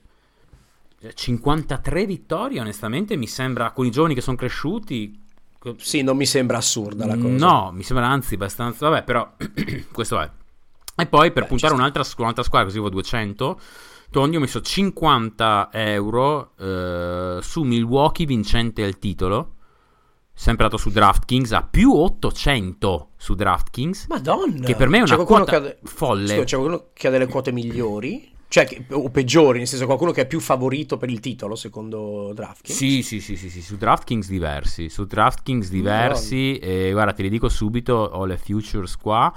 cinquantatré vittorie, onestamente, mi sembra, con i giovani che sono cresciuti. Sì, non mi sembra assurda la cosa. No, mi sembra anzi abbastanza, vabbè, però questo è. E poi per Beh, puntare un'altra, un'altra squadra, così avevo duecento, tondi, ho messo cinquanta euro eh, su Milwaukee vincente al titolo. Sempre dato su DraftKings a più ottocento su DraftKings. Madonna! Che per me è una c'è quota che ha de... folle. Scusa, c'è qualcuno che ha delle quote migliori? Cioè, che- o peggiori, nel senso qualcuno che è più favorito per il titolo, secondo DraftKings? Sì, sì, sì, sì, sì, su DraftKings diversi, su DraftKings Madonna. diversi, e guarda, te li dico subito, ho le futures qua,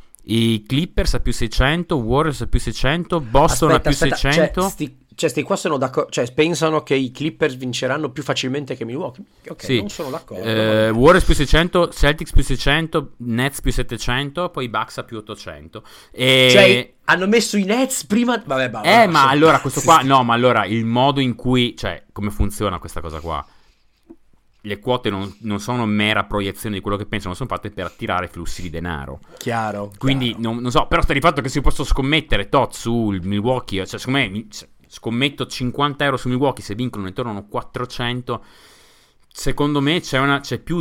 i Clippers a più seicento, Warriors a più seicento, Boston Aspetta, a più aspetta, seicento. Cioè, sti, cioè, sti qua sono d'accordo. Cioè, pensano che i Clippers vinceranno più facilmente che Milwaukee. Ok, Sì. non sono d'accordo. Eh, vabbè. Warriors più seicento, Celtics più seicento, Nets più settecento, poi Bucks a più ottocento. E... Cioè, hanno messo i Nets prima. Vabbè, vabbè, Eh, vabbè, ma sono allora questo pazzi. qua, no, ma allora il modo in cui, cioè, come funziona questa cosa qua? Le quote non, non sono mera proiezione di quello che pensano, sono fatte per attirare flussi di denaro. Chiaro. Quindi, chiaro. non, non so, però sta di fatto che se io posso scommettere tot sul Milwaukee, cioè, secondo me, mi- se- scommetto cinquanta euro su Milwaukee, se vincono ne tornano quattrocento. Secondo me c'è, una, c'è più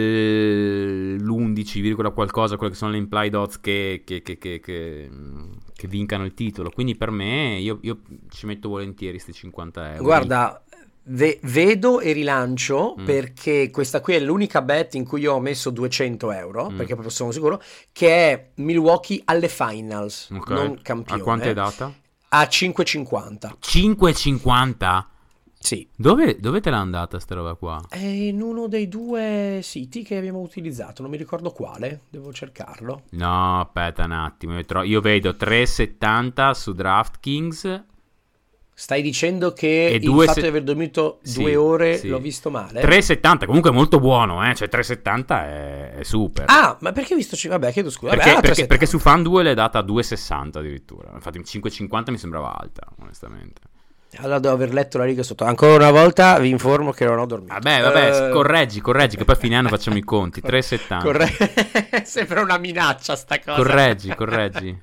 dell'undici, qualcosa, quello che sono le implied odds che, che, che, che, che, che vincano il titolo. Quindi per me io, io ci metto volentieri questi cinquanta euro. Guarda, ve- vedo e rilancio Mm. perché questa qui è l'unica bet in cui io ho messo duecento euro, Mm. perché proprio sono sicuro, che è Milwaukee alle finals, Ok. non A campione. quanto è data? A cinque e cinquanta. cinque e cinquanta? Sì. Dove, dove te l'ha andata sta roba qua? È in uno dei due siti che abbiamo utilizzato, non mi ricordo quale, devo cercarlo. No, aspetta un attimo. Io, tro- io vedo tre e settanta su DraftKings. Stai dicendo che E il due fatto se- di aver dormito Sì, due ore sì. l'ho visto male? tre e settanta, comunque è molto buono, eh? Cioè tre e settanta è, è super. Ah, ma perché ho visto... ci- Vabbè, chiedo scusa. Perché, Vabbè, ah, perché- perché su trecentosettanta. FanDuel è data a due e sessanta addirittura. Infatti cinque e cinquanta mi sembrava alta, onestamente. Allora devo aver letto la riga sotto. Ancora una volta vi informo che non ho dormito. Vabbè, vabbè, Eh, correggi, correggi, che poi a fine anno facciamo i conti. tre e settanta. corre- Sembra una minaccia sta cosa. Correggi, correggi.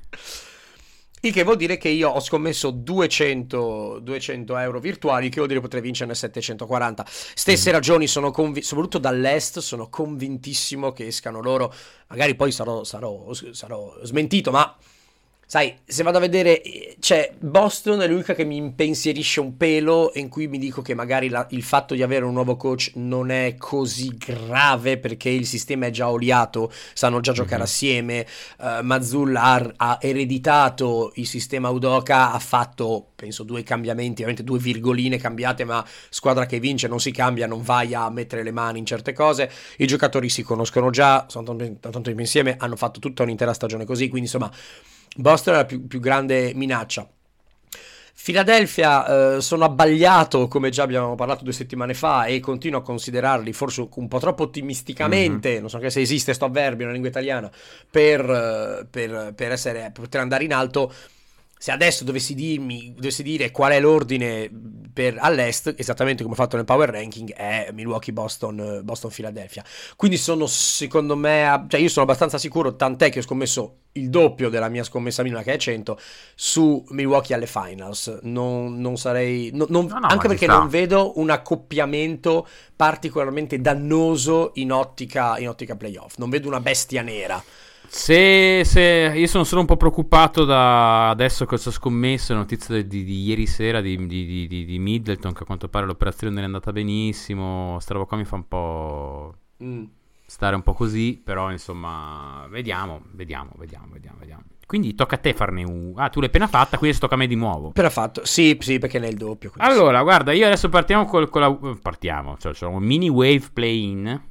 Il che vuol dire che io ho scommesso duecento, duecento euro virtuali, che vuol dire potrei vincerne settecentoquaranta. Stesse Mm. ragioni, sono convi- soprattutto dall'est, sono convintissimo che escano loro. Magari poi sarò, sarò, sarò smentito, ma sai, se vado a vedere, eh, cioè, Boston è l'unica che mi impensierisce un pelo, e in cui mi dico che magari la- il fatto di avere un nuovo coach non è così grave, perché il sistema è già oliato, sanno già giocare Mhm. assieme. uh, Mazzull ha, ha ereditato il sistema Udoka, ha fatto, penso, due cambiamenti, ovviamente due virgoline cambiate, ma squadra che vince non si cambia, non vai a mettere le mani in certe cose. I giocatori si conoscono già, sono tanto, tanto tempo insieme, hanno fatto tutta un'intera stagione così, quindi insomma Boston è la più, più grande minaccia. Philadelphia, eh, sono abbagliato, come già abbiamo parlato due settimane fa, e continuo a considerarli forse un po' troppo ottimisticamente, non so che se esiste sto avverbio nella lingua italiana, per, eh, per, per essere, per poter andare in alto. Se adesso dovessi dirmi, dovessi dire qual è l'ordine per all'est, esattamente come ho fatto nel power ranking, è Milwaukee, Boston, Boston, Philadelphia. Quindi sono, secondo me, a- cioè io sono abbastanza sicuro, tant'è che ho scommesso il doppio della mia scommessa minima, che è cento, su Milwaukee alle finals. Non, non sarei, no- non- No, no, ma anche ci perché sta. non vedo un accoppiamento particolarmente dannoso in ottica, in ottica playoff. Non vedo una bestia nera. Se, se io sono solo un po' preoccupato da adesso che ho scommesso, notizia di, di, di ieri sera di, di, di, di- di Middleton, che a quanto pare l'operazione non è andata benissimo. Sta roba qua mi fa un po' Mm. stare un po' così, però insomma, vediamo, vediamo, vediamo, vediamo, vediamo. Quindi tocca a te farne un... Ah, tu l'hai appena fatta, quindi adesso tocca a me di nuovo. Però fatto, sì, sì, perché ne è il doppio. quindi sì. Allora, guarda, io adesso partiamo col, con la... Partiamo, cioè c'è un mini wave play-in.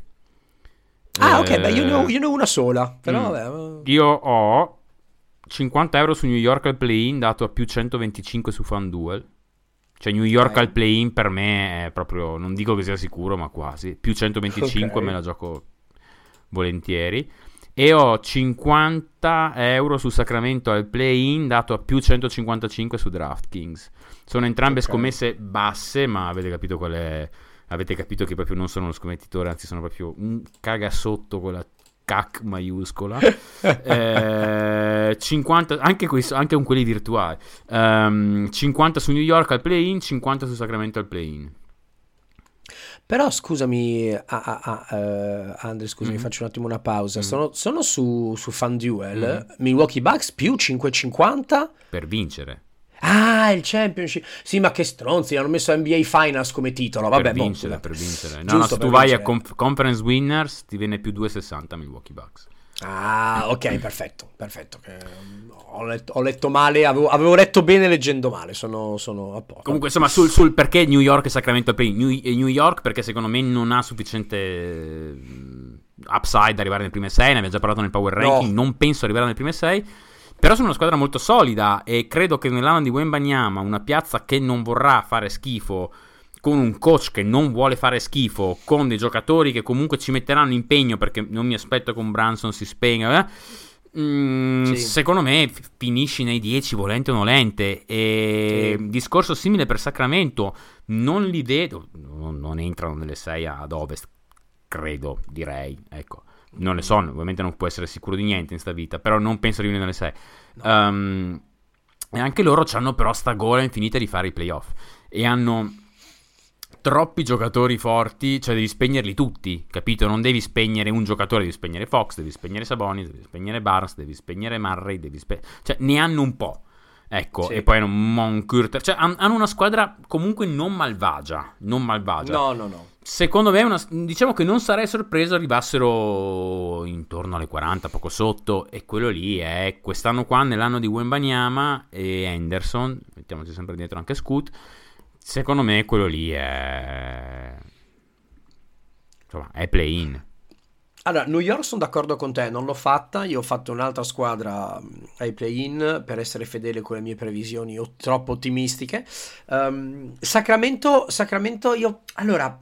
Ah, ok, Eh, beh, io ne ho, io ne ho una sola. Però, mm. vabbè. Io ho cinquanta euro su New York al play-in, dato a più centoventicinque su FanDuel. Cioè New York Ok. al play-in per me è proprio, non dico che sia sicuro, ma quasi. Più centoventicinque Ok. me la gioco volentieri. E ho cinquanta euro su Sacramento al play-in, dato a più centocinquantacinque su DraftKings. Sono entrambe Ok. scommesse basse, ma avete capito qual è... Avete capito che proprio non sono uno scommettitore, anzi sono proprio un cagasotto con la cac maiuscola. eh, cinquanta, anche, questo, anche con quelli virtuali. Ehm, cinquanta su New York al play-in, cinquanta su Sacramento al play-in. Però scusami, ah, ah, ah, eh, Andre, scusami, Mhm. faccio un attimo una pausa. Mm. Sono, sono su, su FanDuel, Mhm. Milwaukee Bucks più cinque e cinquanta. Per vincere. Ah, il Championship. Sì, ma che stronzi, hanno messo N B A Finals come titolo. Vabbè, per boh, vincere, vabbè. per vincere. No, Giusto, no, se per tu vai vincere. a conf- Conference Winners ti viene più due e sessanta Milwaukee Bucks. Ah, ok, perfetto, perfetto. Che, um, ho, letto, ho letto male, avevo, avevo letto bene leggendo male, sono, sono a poco. Comunque, insomma, sul, sul perché New York e Sacramento play New, New York, perché secondo me non ha sufficiente upside da arrivare nelle prime sei, ne abbiamo già parlato nel power ranking, no. Non penso arriverà nelle prime sei, però sono una squadra molto solida e credo che nell'anno di Wembanyama, una piazza che non vorrà fare schifo, con un coach che non vuole fare schifo, con dei giocatori che comunque ci metteranno impegno, perché non mi aspetto che un Brunson si spenga, eh? mm, sì. Secondo me finisci nei dieci volente o nolente. E sì. Discorso simile per Sacramento, non li vedo, non, non entrano nelle sei ad ovest, credo, direi, ecco. Non le so, ovviamente non può essere sicuro di niente in sta vita, però non penso arrivino nelle sei. No. Um, e anche loro hanno però sta gola infinita di fare i playoff e hanno troppi giocatori forti, cioè devi spegnerli tutti, capito? Non devi spegnere un giocatore, devi spegnere Fox, devi spegnere Sabonis, devi spegnere Barnes, devi spegnere Murray, devi spe... cioè ne hanno un po', ecco, sì. E poi hanno Moncrief, cioè hanno una squadra comunque non malvagia, non malvagia. No, no, no. Secondo me, una, diciamo che non sarei sorpreso arrivassero intorno alle quaranta, poco sotto, e quello lì è quest'anno qua, nell'anno di Wembanyama e Henderson, mettiamoci sempre dietro anche Scoot. Secondo me quello lì è, insomma, è play-in. Allora, New York sono d'accordo con te, non l'ho fatta, io ho fatto un'altra squadra ai play-in per essere fedele con le mie previsioni o troppo ottimistiche. Um, Sacramento, Sacramento, io, allora,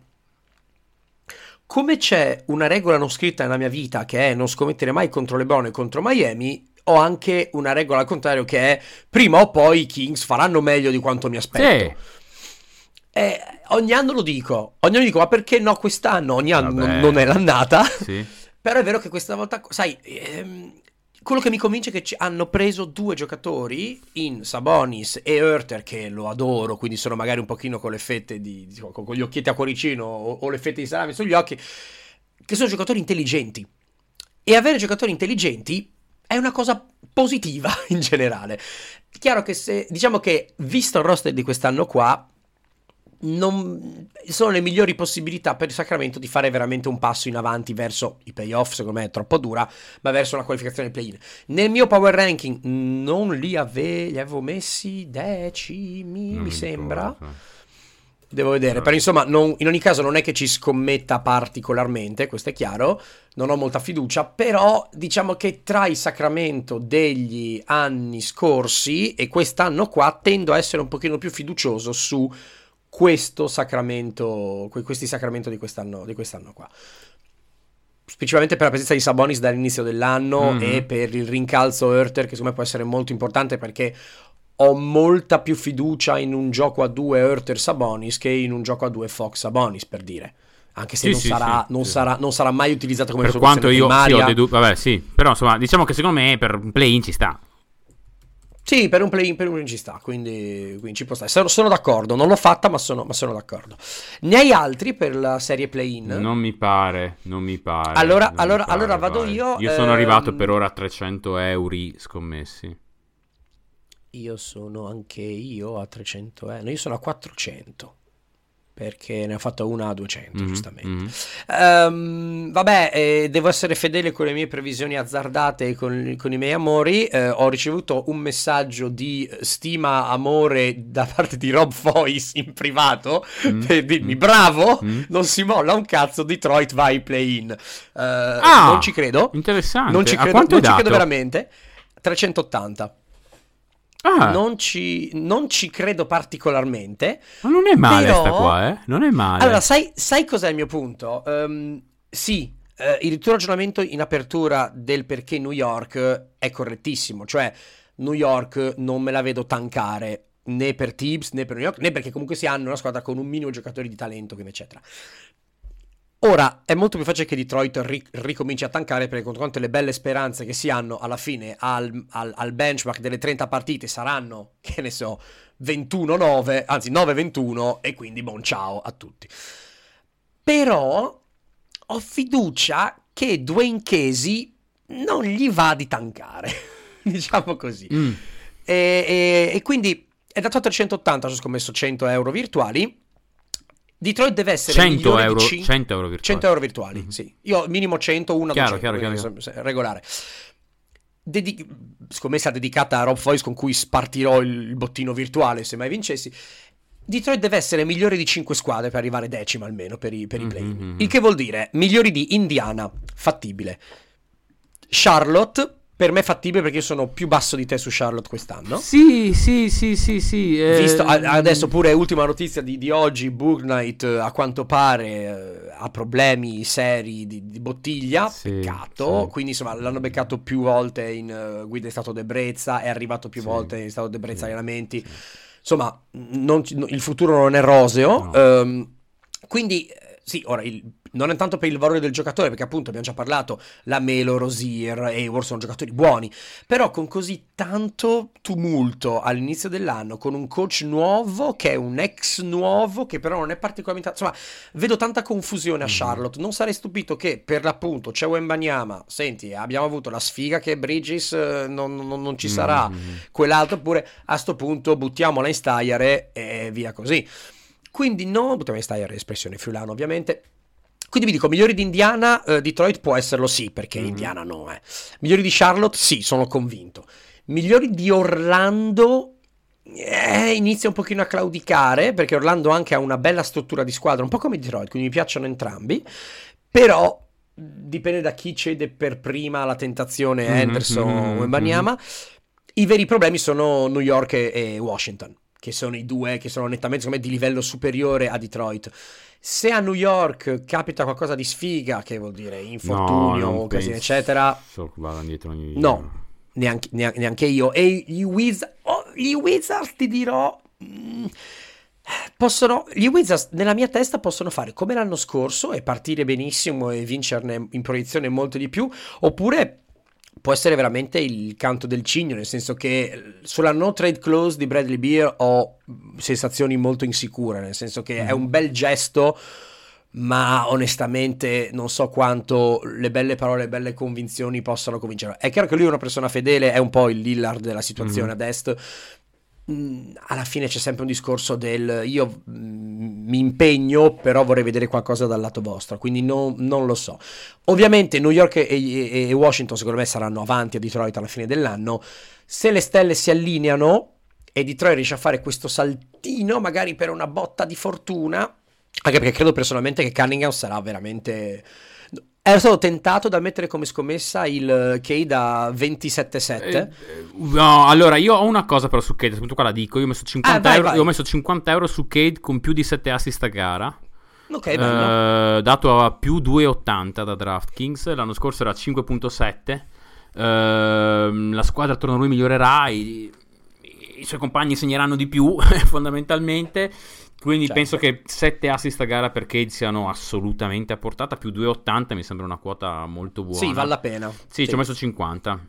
come c'è una regola non scritta nella mia vita che è non scommettere mai contro LeBron e contro Miami, ho anche una regola al contrario che è prima o poi i Kings faranno meglio di quanto mi aspetto. Sì. Eh, ogni anno lo dico, ogni anno dico, ma perché no quest'anno? Ogni anno non, non è l'annata, sì. Però è vero che questa volta, sai, ehm, quello che mi convince è che ci hanno preso due giocatori in Sabonis e Huerter, che lo adoro, quindi sono magari un pochino con le fette di, di con gli occhietti a cuoricino o, o le fette di salame sugli occhi, che sono giocatori intelligenti, e avere giocatori intelligenti è una cosa positiva in generale. Chiaro che se, diciamo che visto il roster di quest'anno qua, non sono le migliori possibilità per il Sacramento di fare veramente un passo in avanti verso i playoff, secondo me è troppo dura, ma verso una qualificazione play-in. Nel mio power ranking non li, ave- li avevo messi decimi, non mi sembra ricordo. Devo vedere, no. Però insomma non, in ogni caso non è che ci scommetta particolarmente, questo è chiaro, non ho molta fiducia, però diciamo che tra i Sacramento degli anni scorsi e quest'anno qua tendo a essere un pochino più fiducioso su questo Sacramento, questi Sacramento di quest'anno, di quest'anno qua, specificamente per la presenza di Sabonis dall'inizio dell'anno, mm-hmm. e per il rincalzo Huerter, che secondo me può essere molto importante, perché ho molta più fiducia in un gioco a due Huerter Sabonis che in un gioco a due Fox Sabonis, per dire, anche se sì, non, sì, sarà, sì, non, sì. Sarà, non sarà mai utilizzato come per quanto io sì, ho dedu- vabbè sì, però insomma diciamo che secondo me per un play-in ci sta. Sì, per un play-in, per un ci sta, quindi, quindi ci può stare. Sono, sono d'accordo, non l'ho fatta, ma sono, ma sono d'accordo. Ne hai altri per la serie play-in? Non mi pare, non mi pare. Allora, non allora, mi pare, allora vado vai. io. Io sono ehm... arrivato per ora a trecento euro scommessi. Io sono anche io a trecento euro, no, io sono a quattrocento. Perché ne ho fatto una a duecento, mm-hmm, giustamente. Mm-hmm. Um, vabbè, eh, devo essere fedele con le mie previsioni azzardate e con, con i miei amori. Eh, ho ricevuto un messaggio di stima, amore da parte di Rob Foyce in privato, mm-hmm. per dirmi bravo, mm-hmm. non si molla un cazzo, Detroit va ai play-in. Uh, ah, non ci credo. Interessante. Non ci credo, a quanto non è ci dato? credo veramente. trecentottanta. Ah. Non, ci, non ci credo particolarmente. Ma non è male però... sta qua, eh? Non è male. Allora, sai, sai cos'è il mio punto? Um, sì, uh, il tuo ragionamento in apertura del perché New York è correttissimo. Cioè, New York non me la vedo tankare né per Tibbs né per New York, né perché comunque si hanno una squadra con un minimo giocatori di talento, eccetera. Ora, è molto più facile che Detroit ric- ricominci a tankare, perché con quante le belle speranze che si hanno alla fine al, al, al benchmark delle trenta partite saranno, che ne so, ventuno nove, anzi nove ventuno, e quindi buon ciao a tutti. Però ho fiducia che Dwayne Casey non gli va di tankare, diciamo così. Mm. E, e, e quindi è dato a trecentottanta, ho scommesso cento euro virtuali. Detroit deve essere cento migliore euro, di cin- cento euro virtuali. cento euro virtuali, mm-hmm. Sì. Io minimo cento, una chiaro, duecento, chiaro, chiaro, chiaro. Regolare. Dedi- scommessa dedicata a Rob Foyce con cui spartirò il, il bottino virtuale se mai vincessi. Detroit deve essere migliore di cinque squadre per arrivare decima almeno per i, per i play-in. Mm-hmm. Il che vuol dire migliori di Indiana, fattibile. Charlotte, per me fattibile perché io sono più basso di te su Charlotte quest'anno. Sì, sì, sì, sì, sì. Eh... Visto, adesso pure ultima notizia di, di oggi, Bouknight a quanto pare eh, ha problemi seri di, di bottiglia, sì, peccato, sì. Quindi insomma l'hanno beccato più volte in uh, guida in stato d'ebbrezza, è arrivato più sì. volte in stato d'ebbrezza ai allenamenti, sì. Insomma non, il futuro non è roseo, no. um, quindi sì, ora il, non è tanto per il valore del giocatore, perché appunto abbiamo già parlato, la Melo, Rozier e Hayward sono giocatori buoni, però con così tanto tumulto all'inizio dell'anno, con un coach nuovo che è un ex nuovo, che però non è particolarmente... Insomma, vedo tanta confusione a Charlotte, non sarei stupito che per l'appunto c'è Wembanyama, senti, abbiamo avuto la sfiga che Bridges eh, non, non, non ci sarà, mm-hmm. quell'altro pure, a sto punto buttiamola in Staiare e via così. Quindi no, buttiamo in Staiare, espressione friulana ovviamente. Quindi vi dico, migliori di Indiana, uh, Detroit può esserlo sì, perché mm-hmm. Indiana no è. Migliori di Charlotte, sì, sono convinto. Migliori di Orlando, eh, inizia un pochino a claudicare, perché Orlando anche ha una bella struttura di squadra, un po' come Detroit, quindi mi piacciono entrambi, però dipende da chi cede per prima la tentazione, mm-hmm, Anderson mm-hmm, o Wembanyama. Mm-hmm. I veri problemi sono New York e, e Washington, che sono i due che sono nettamente secondo me di livello superiore a Detroit. Se a New York capita qualcosa di sfiga, che vuol dire infortunio, no, casino eccetera, so, vado indietro ogni... no, neanche, neanche, neanche io. E gli Wizards, oh, gli Wizards ti dirò, mh, possono, gli Wizards nella mia testa possono fare come l'anno scorso e partire benissimo e vincerne in proiezione molto di più, oppure può essere veramente il canto del cigno, nel senso che sulla no trade clause di Bradley Beal ho sensazioni molto insicure, nel senso che mm. è un bel gesto, ma onestamente non so quanto le belle parole, le belle convinzioni possano convincere. È chiaro che lui è una persona fedele, è un po' il Lillard della situazione mm. ad est. Mm, alla fine c'è sempre un discorso del io mm, mi impegno, però vorrei vedere qualcosa dal lato vostro, quindi no, non lo so. Ovviamente New York e, e, e Washington secondo me saranno avanti a Detroit alla fine dell'anno. Se le stelle si allineano e Detroit riesce a fare questo saltino magari per una botta di fortuna, anche perché credo personalmente che Cunningham sarà veramente... Ero stato tentato da mettere come scommessa il Cade a ventisette sette. Eh, no, allora io ho una cosa però su Cade, appunto qua la dico, io ho messo cinquanta, ah, vai, euro, vai. Io ho messo cinquanta euro su Cade con più di sette assist a gara. Ok, bello. Eh, dato a più due virgola ottanta da DraftKings, l'anno scorso era cinque virgola sette. Eh, la squadra attorno a lui migliorerà, i, i suoi compagni segneranno di più fondamentalmente. Quindi certo. Penso che sette assist a gara per Cade siano assolutamente a portata. Più due virgola ottanta mi sembra una quota molto buona. Sì, vale la pena. Sì, sì. Ci ho messo cinquanta.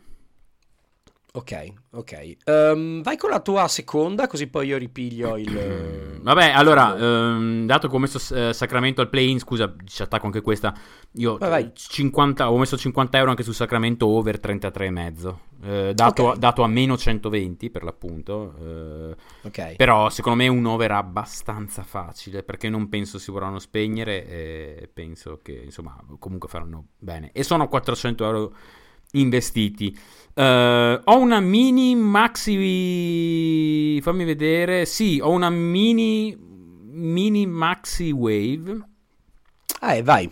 Ok, ok. Um, vai con la tua seconda, così poi io ripiglio il... Vabbè, allora, um, dato che ho messo uh, Sacramento al play-in, scusa, ci attacco anche questa. Io vai, vai. cinquanta, ho messo cinquanta euro anche su Sacramento over trentatré e mezzo. Uh, dato, okay. dato a meno centoventi per l'appunto. Uh, ok. Però secondo me un over abbastanza facile, perché non penso si vorranno spegnere e penso che, insomma, comunque faranno bene. E sono quattrocento euro investiti. Uh, ho una mini maxi, fammi vedere, sì, ho una mini mini maxi wave. Eh, vai.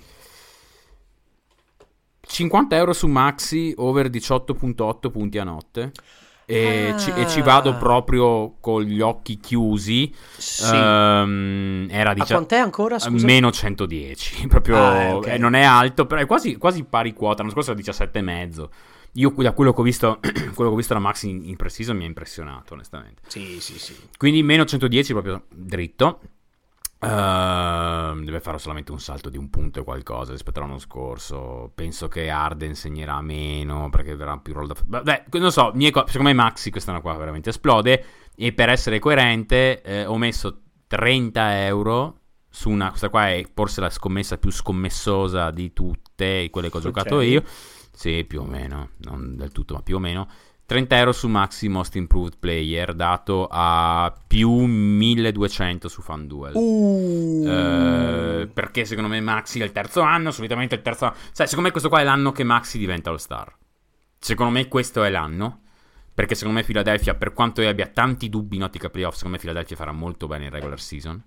cinquanta euro su maxi over diciotto virgola otto punti a notte. E, ah. ci, e ci vado proprio con gli occhi chiusi. Sì. Um, era dici- a quant'è ancora? Scusa? Meno centodieci. Proprio ah, eh, okay. eh, non è alto, però è quasi, quasi pari quota. L'anno scorso era diciassette e mezzo. Io da quello che ho visto, quello che ho visto da Maxi in, in preciso mi ha impressionato, onestamente. Sì, sì, sì. Quindi meno centodieci proprio dritto. Uh, deve fare solamente un salto di un punto e qualcosa rispetto all'anno scorso. Penso che Harden segnerà meno perché verrà più roll da... Beh, non so, secondo me Maxi quest'anno qua veramente esplode. E per essere coerente eh, ho messo trenta euro su una... Questa qua è forse la scommessa più scommessosa di tutte quelle che ho giocato okay. io. Sì, più o meno, non del tutto, ma più o meno. trenta euro su Maxi Most Improved Player, dato a più milleduecento su FanDuel. Uh. Eh, perché secondo me Maxi è il terzo anno, solitamente il terzo anno. Sai, secondo me questo qua è l'anno che Maxi diventa All-Star. Secondo me questo è l'anno, perché secondo me Philadelphia, per quanto io abbia tanti dubbi in ottica playoff, secondo me Philadelphia farà molto bene in regular season.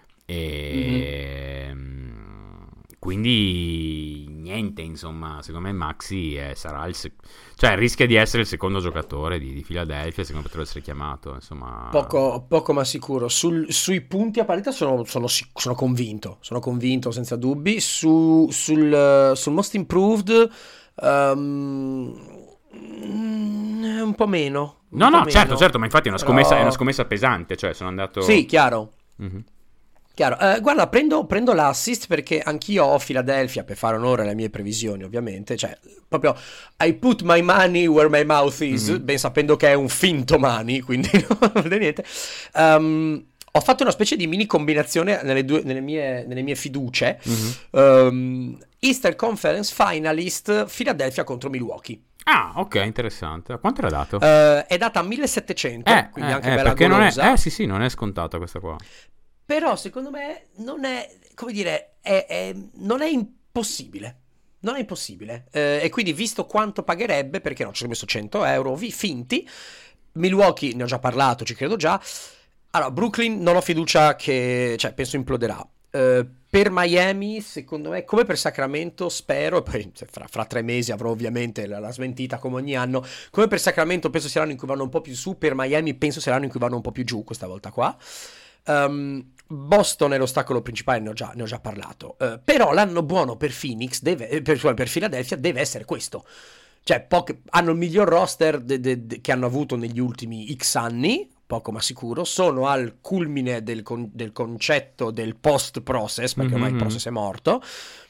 E... Mm-hmm. Quindi niente, insomma, secondo me Maxi è, sarà il sec- cioè rischia di essere il secondo giocatore di, di Philadelphia, secondo me potrebbe essere chiamato, insomma. Poco, poco ma sicuro. Sul, sui punti a parità sono, sono, sono convinto, sono convinto senza dubbi. Su, sul, sul Most Improved um, un po' meno. Un no, po' no, meno. certo, certo, ma infatti è una scommessa, Però... è una scommessa pesante, cioè sono andato... Sì, chiaro. Mm-hmm. Chiaro. Eh, guarda, prendo, prendo l'assist perché anch'io ho Philadelphia, per fare onore alle mie previsioni ovviamente, cioè proprio I put my money where my mouth is, mm-hmm. ben sapendo che è un finto money, quindi non vuol dire niente. Um, ho fatto una specie di mini combinazione nelle, due, nelle, mie, nelle mie fiducie. Mm-hmm. um, Eastern Conference Finalist Philadelphia contro Milwaukee. Ah, ok, interessante. Quanto era dato? Uh, è data a millesettecento, eh, quindi eh, anche eh, bella perché non è, golosa. eh sì sì, non è scontata questa qua. Però secondo me non è, come dire, è, è, non è impossibile. Non è impossibile. Eh, e quindi visto quanto pagherebbe, perché no, ci ho messo cento euro vi, finti. Milwaukee, ne ho già parlato, ci credo già. Allora, Brooklyn non ho fiducia che, cioè, penso imploderà. Eh, per Miami, secondo me, come per Sacramento, spero, e poi fra, fra tre mesi avrò ovviamente la, la smentita come ogni anno, come per Sacramento penso sia l'anno in cui vanno un po' più su, per Miami penso sia l'anno in cui vanno un po' più giù questa volta qua. Um, Boston è l'ostacolo principale, ne ho già, ne ho già parlato. Uh, però l'anno buono per Phoenix, deve, per, per Philadelphia, deve essere questo. Cioè, poche, hanno il miglior roster de, de, de, che hanno avuto negli ultimi X anni, poco ma sicuro. Sono al culmine del, con, del concetto del post-process, perché ormai mm-hmm. il process è morto.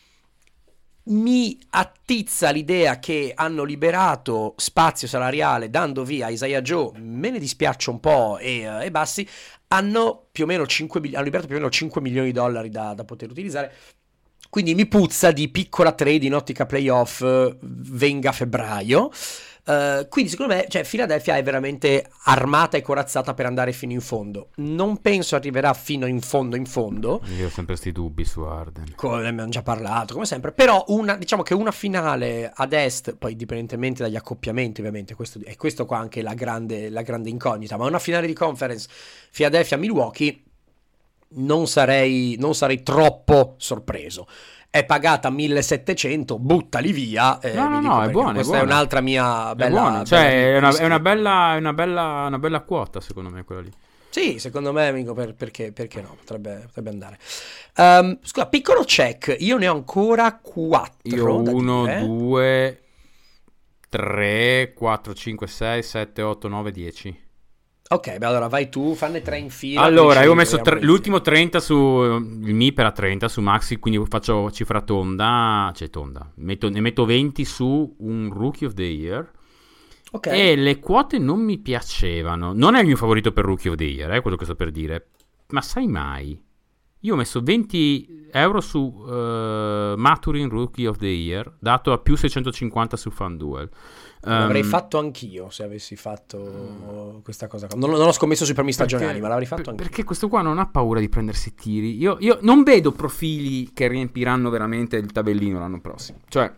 Mi attizza l'idea che hanno liberato spazio salariale dando via Isaiah Joe, me ne dispiaccio un po' e, uh, e bassi. Hanno più o meno cinque, hanno liberato più o meno cinque milioni di dollari da, da poter utilizzare. Quindi mi puzza di piccola trade in ottica playoff, venga febbraio. Uh, quindi secondo me, cioè, Philadelphia è veramente armata e corazzata per andare fino in fondo. Non penso arriverà fino in fondo in fondo. Io ho sempre questi dubbi su Harden, come ne abbiamo già parlato, come sempre. Però una, diciamo che una finale ad est, poi dipendentemente dagli accoppiamenti ovviamente, questo, è questo qua anche la grande, la grande incognita, ma una finale di conference Philadelphia-Milwaukee non sarei, non sarei troppo sorpreso. È pagata millesettecento, buttali via. Eh, no, no, no, è buona. Questa è, è buona. un'altra mia bella. È buona. Cioè, bella è, una, è una bella, è una bella, una bella quota, secondo me, quella lì. Sì, secondo me, amico, per, perché, perché no? Potrebbe, potrebbe andare. Um, scusa, piccolo check. Io ne ho ancora quattro. Io uno, due, tre, quattro, cinque, sei, sette, otto, nove, dieci. Ok, beh, allora vai tu, fanne tre in fila. Allora, io ho messo tre, l'ultimo trenta su il M I P era trenta su Maxi, quindi faccio cifra tonda, cioè tonda. Metto, ne metto venti su un Rookie of the Year. Ok. E le quote non mi piacevano. Non è il mio favorito per Rookie of the Year, è quello che sto per dire. Ma sai mai? Io ho messo venti euro su uh, Maturin Rookie of the Year, dato a più seicentocinquanta su FanDuel. Um, l'avrei fatto anch'io se avessi fatto questa cosa. Non, non ho scommesso sui premi stagionali, perché, ma l'avrei fatto anch'io. Perché questo qua non ha paura di prendersi tiri. Io, io non vedo profili che riempiranno veramente il tabellino l'anno prossimo. Cioè,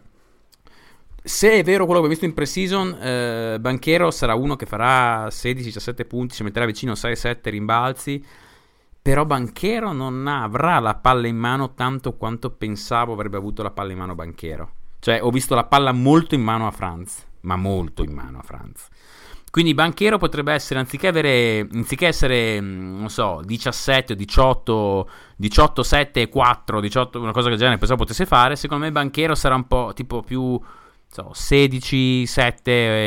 se è vero quello che ho visto in pre-season, eh, Banchero sarà uno che farà sedici diciassette punti, ci metterà vicino sei sette rimbalzi. Però Banchero non avrà la palla in mano tanto quanto pensavo avrebbe avuto la palla in mano Banchero. Cioè, ho visto la palla molto in mano a Franz, ma molto in mano a Franz. Quindi Banchero potrebbe essere, anziché avere, anziché essere, non so, diciassette o diciotto, diciotto sette e quattro, diciotto, una cosa del genere, pensavo potesse fare, secondo me Banchero sarà un po' tipo più, so, sedici sette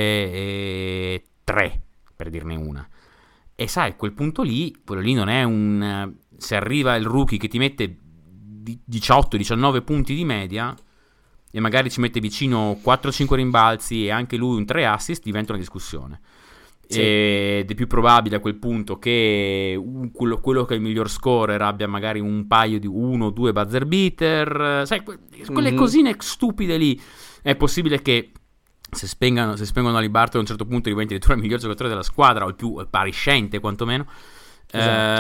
e tre, per dirne una. E sai, a quel punto lì, quello lì non è un... Se arriva il rookie che ti mette diciotto diciannove punti di media e magari ci mette vicino quattro cinque rimbalzi e anche lui un tre assist, diventa una discussione. Sì. Ed è più probabile a quel punto che un, quello, quello che è il miglior scorer abbia magari un paio di uno o due buzzer beater. Sai, quelle mm-hmm. cosine stupide lì. È possibile che se spengano, se spengono Haliburton a un certo punto diventa addirittura il miglior giocatore della squadra o il più appariscente quantomeno. Esatto.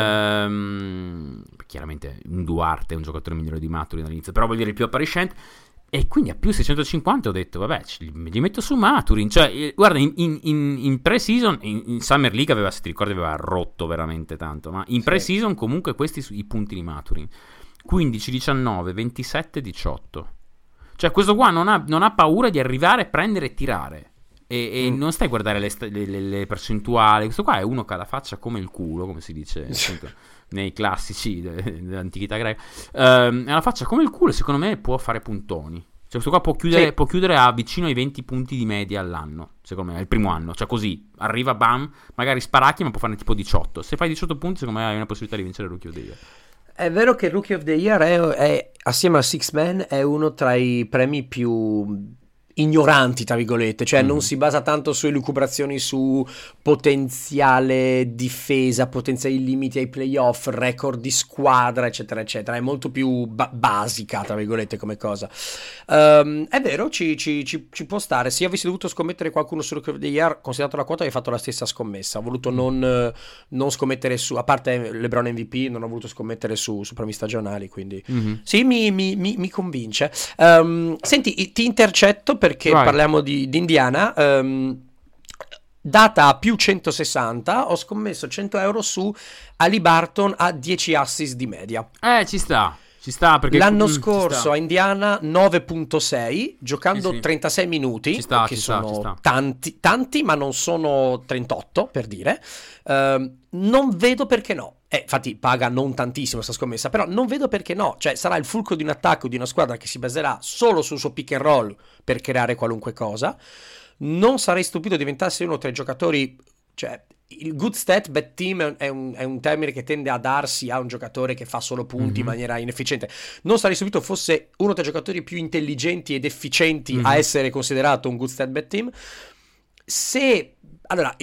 Ehm, chiaramente un Duarte è un giocatore migliore di Maturin all'inizio, però vuol dire il più appariscente. E quindi a più seicentocinquanta ho detto vabbè, li metto su Maturin. Cioè guarda, in, in, in pre-season, in, in Summer League aveva, se ti ricordi, aveva rotto veramente tanto, ma in pre-season sì. Comunque questi sono i punti di Maturin: quindici, diciannove, ventisette, diciotto. Cioè questo qua non ha, non ha paura di arrivare, prendere e tirare. E, e mm. non stai a guardare le, le, le percentuali. Questo qua è uno che ha la faccia come il culo, come si dice appunto, nei classici de, dell'antichità greca. Um, ha la faccia come il culo e secondo me può fare puntoni. Cioè questo qua può chiudere, sì. può chiudere a vicino ai venti punti di media all'anno, secondo me, è il primo anno. Cioè così, arriva, bam, magari sparacchia, ma può fare tipo diciotto. Se fai diciotto punti, secondo me hai una possibilità di vincere il Rookie of the Year. È vero che il Rookie of the Year è, è, assieme al Six Man, è uno tra i premi più ignoranti, tra virgolette, cioè mm. non si basa tanto su elucubrazioni su potenziale difesa, potenziali limiti ai playoff, record di squadra, eccetera eccetera. È molto più ba- basica, tra virgolette, come cosa. Um, è vero, ci, ci, ci, ci può stare. Se io avessi dovuto scommettere qualcuno su Rookie of the Year, considerato la quota, avrei fatto la stessa scommessa. Ho voluto mm. non, non scommettere su, a parte LeBron M V P, non ho voluto scommettere su, su premi stagionali, quindi mm-hmm. sì, mi, mi, mi, mi convince. Um, senti, ti intercetto perché Vai. parliamo di, di Indiana. Um, data a più centosessanta, ho scommesso cento euro su Haliburton a dieci assist di media. Eh, ci sta, ci sta perché l'anno mm, scorso a Indiana nove virgola sei, giocando sì, sì. trentasei minuti, ci sta, che ci sono sta, ci sta. tanti, tanti, ma non sono trentotto, per dire. Uh, non vedo perché no. Eh, infatti paga non tantissimo questa scommessa, però non vedo perché no. Cioè sarà il fulcro di un attacco di una squadra che si baserà solo sul suo pick and roll per creare qualunque cosa. Non sarei stupito diventasse uno tra i giocatori, cioè il good stat bad team è un, è un termine che tende a darsi a un giocatore che fa solo punti mm-hmm. in maniera inefficiente. Non sarei stupito fosse uno tra i giocatori più intelligenti ed efficienti mm-hmm. a essere considerato un good stat bad team. Se allora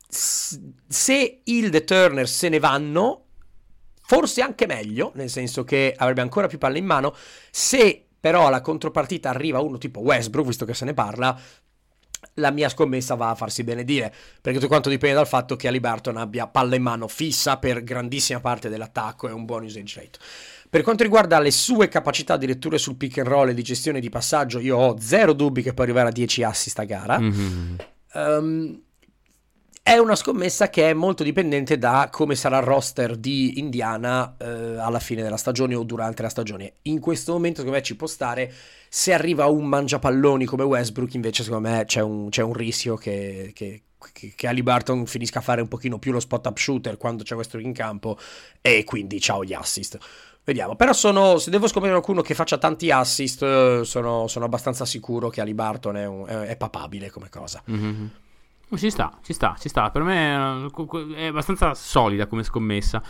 se Hield e Turner se ne vanno, forse anche meglio, nel senso che avrebbe ancora più palle in mano. Se però alla contropartita arriva uno tipo Westbrook, visto che se ne parla, la mia scommessa va a farsi benedire, perché tutto quanto dipende dal fatto che Haliburton abbia palla in mano fissa per grandissima parte dell'attacco e un buon usage rate. Per quanto riguarda le sue capacità di lettura sul pick and roll e di gestione di passaggio, io ho zero dubbi che può arrivare a dieci assist a gara. Mm-hmm. Um, È una scommessa che è molto dipendente da come sarà il roster di Indiana eh, alla fine della stagione o durante la stagione. In questo momento secondo me ci può stare. Se arriva un mangiapalloni come Westbrook, invece secondo me c'è un, c'è un rischio che, che, che, che Haliburton finisca a fare un pochino più lo spot up shooter quando c'è Westbrook in campo, e quindi ciao gli assist. Vediamo, però sono, se devo scommettere qualcuno che faccia tanti assist, sono, sono abbastanza sicuro che Haliburton è, un, è, è papabile come cosa. Mm-hmm. Ci sta, ci sta, ci sta. Per me è abbastanza solida come scommessa.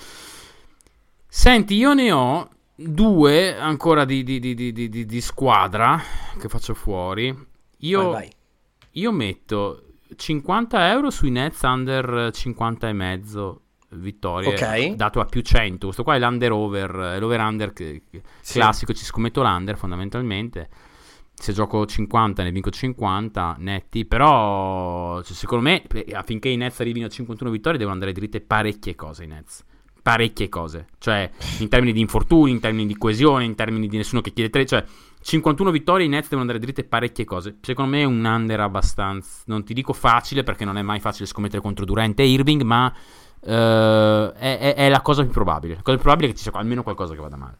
Senti, io ne ho due ancora di, di, di, di, di, di squadra che faccio fuori. Io, vai, vai. io metto cinquanta euro sui Nets under cinquanta e mezzo vittorie, okay. dato a più cento. Questo qua è l'under over, è l'over under che, sì. classico, ci scommetto l'under fondamentalmente. Se gioco cinquanta ne vinco cinquanta netti, però cioè, secondo me affinché i Nets arrivino a cinquantuno vittorie devono andare dritte parecchie cose i Nets, parecchie cose, cioè in termini di infortuni, in termini di coesione, in termini di nessuno che chiede tre, cioè cinquantuno vittorie i Nets devono andare dritte parecchie cose. Secondo me è un under abbastanza, non ti dico facile perché non è mai facile scommettere contro Durant e Irving, ma uh, è, è, è la cosa più probabile, la cosa più probabile è che ci sia almeno qualcosa che vada male.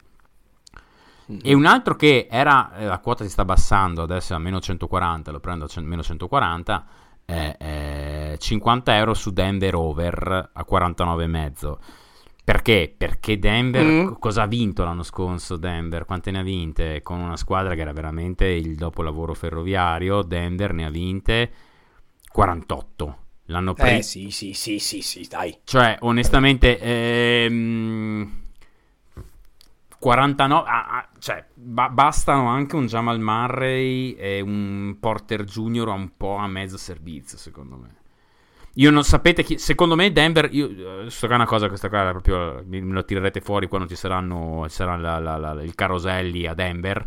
E un altro che era, eh, la quota si sta abbassando, adesso è a meno centoquaranta, lo prendo a c- meno centoquaranta, è, è cinquanta euro su Denver over a quarantanove e mezzo. Perché? Perché Denver, mm. cosa ha vinto l'anno scorso Denver? Quante ne ha vinte? Con una squadra che era veramente il dopolavoro ferroviario, Denver ne ha vinte quarantotto. L'anno prima. Eh sì, sì, sì, sì, sì, dai. Cioè, onestamente... Ehm... quarantanove, ah, ah, cioè ba- bastano anche un Jamal Murray e un Porter Junior un po' a mezzo servizio, secondo me. Io non sapete chi, secondo me Denver, io so che è una cosa, questa qua proprio me lo tirerete fuori quando ci saranno ci sarà la, la, la, il caroselli a Denver.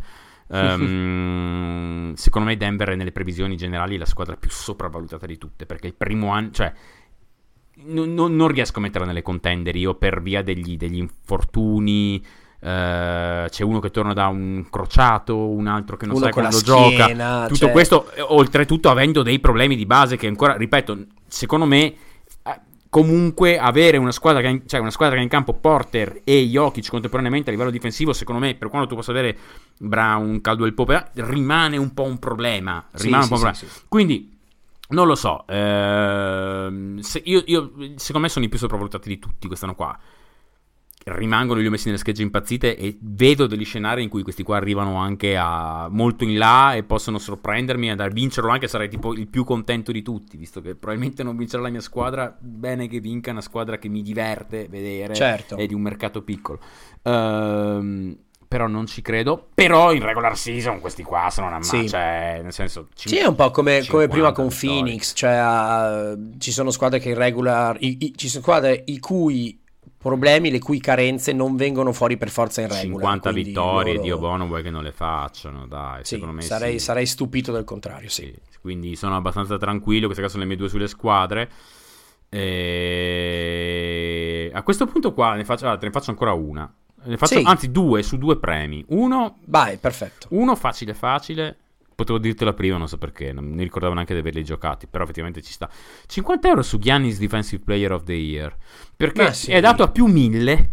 Um, secondo me Denver è nelle previsioni generali la squadra più sopravvalutata di tutte, perché il primo anno, cioè non, non, non riesco a metterla nelle contender io per via degli, degli infortuni. Uh, c'è uno che torna da un crociato, un altro che non uno sai con quando la schiena, gioca, tutto cioè... questo oltretutto avendo dei problemi di base che ancora, ripeto, secondo me comunque avere una squadra che, cioè una squadra che ha in campo Porter e Jokic contemporaneamente a livello difensivo, secondo me, per quanto tu possa avere Brown, Caldwell Pope, rimane un po' un problema, rimane sì, un po' un sì, problema. Sì, sì. Quindi non lo so, ehm, se io, io secondo me sono i più sopravvalutati di tutti quest'anno qua. Rimangono, li ho messi nelle schegge impazzite e vedo degli scenari in cui questi qua arrivano anche a molto in là e possono sorprendermi, andare a vincerlo anche, sarei tipo il più contento di tutti, visto che probabilmente non vincerà la mia squadra, bene che vinca una squadra che mi diverte vedere, certo. È di un mercato piccolo. Ehm, però non ci credo, però in regular season questi qua sono una sì. cioè nel senso cin- sì, è un po' come, come prima con vittorie. Phoenix, cioè uh, ci sono squadre che in regular i, i, ci sono squadre i cui problemi, le cui carenze non vengono fuori per forza in regular. cinquanta vittorie, loro... Dio buono, vuoi che non le facciano, dai, sì, secondo me sarei, sì. sarei stupito del contrario, sì. sì. Quindi sono abbastanza tranquillo, queste qua sono le mie due sulle squadre. E... a questo punto qua ne faccio, ah, te ne faccio ancora una. Ne faccio, sì. Anzi, due su due premi. Uno, vai, perfetto. Uno facile facile. Potevo dirtela prima, non so perché, non mi ricordavo neanche di averli giocati, però effettivamente ci sta. cinquanta euro su Giannis Defensive Player of the Year, perché sì. è dato a più mille.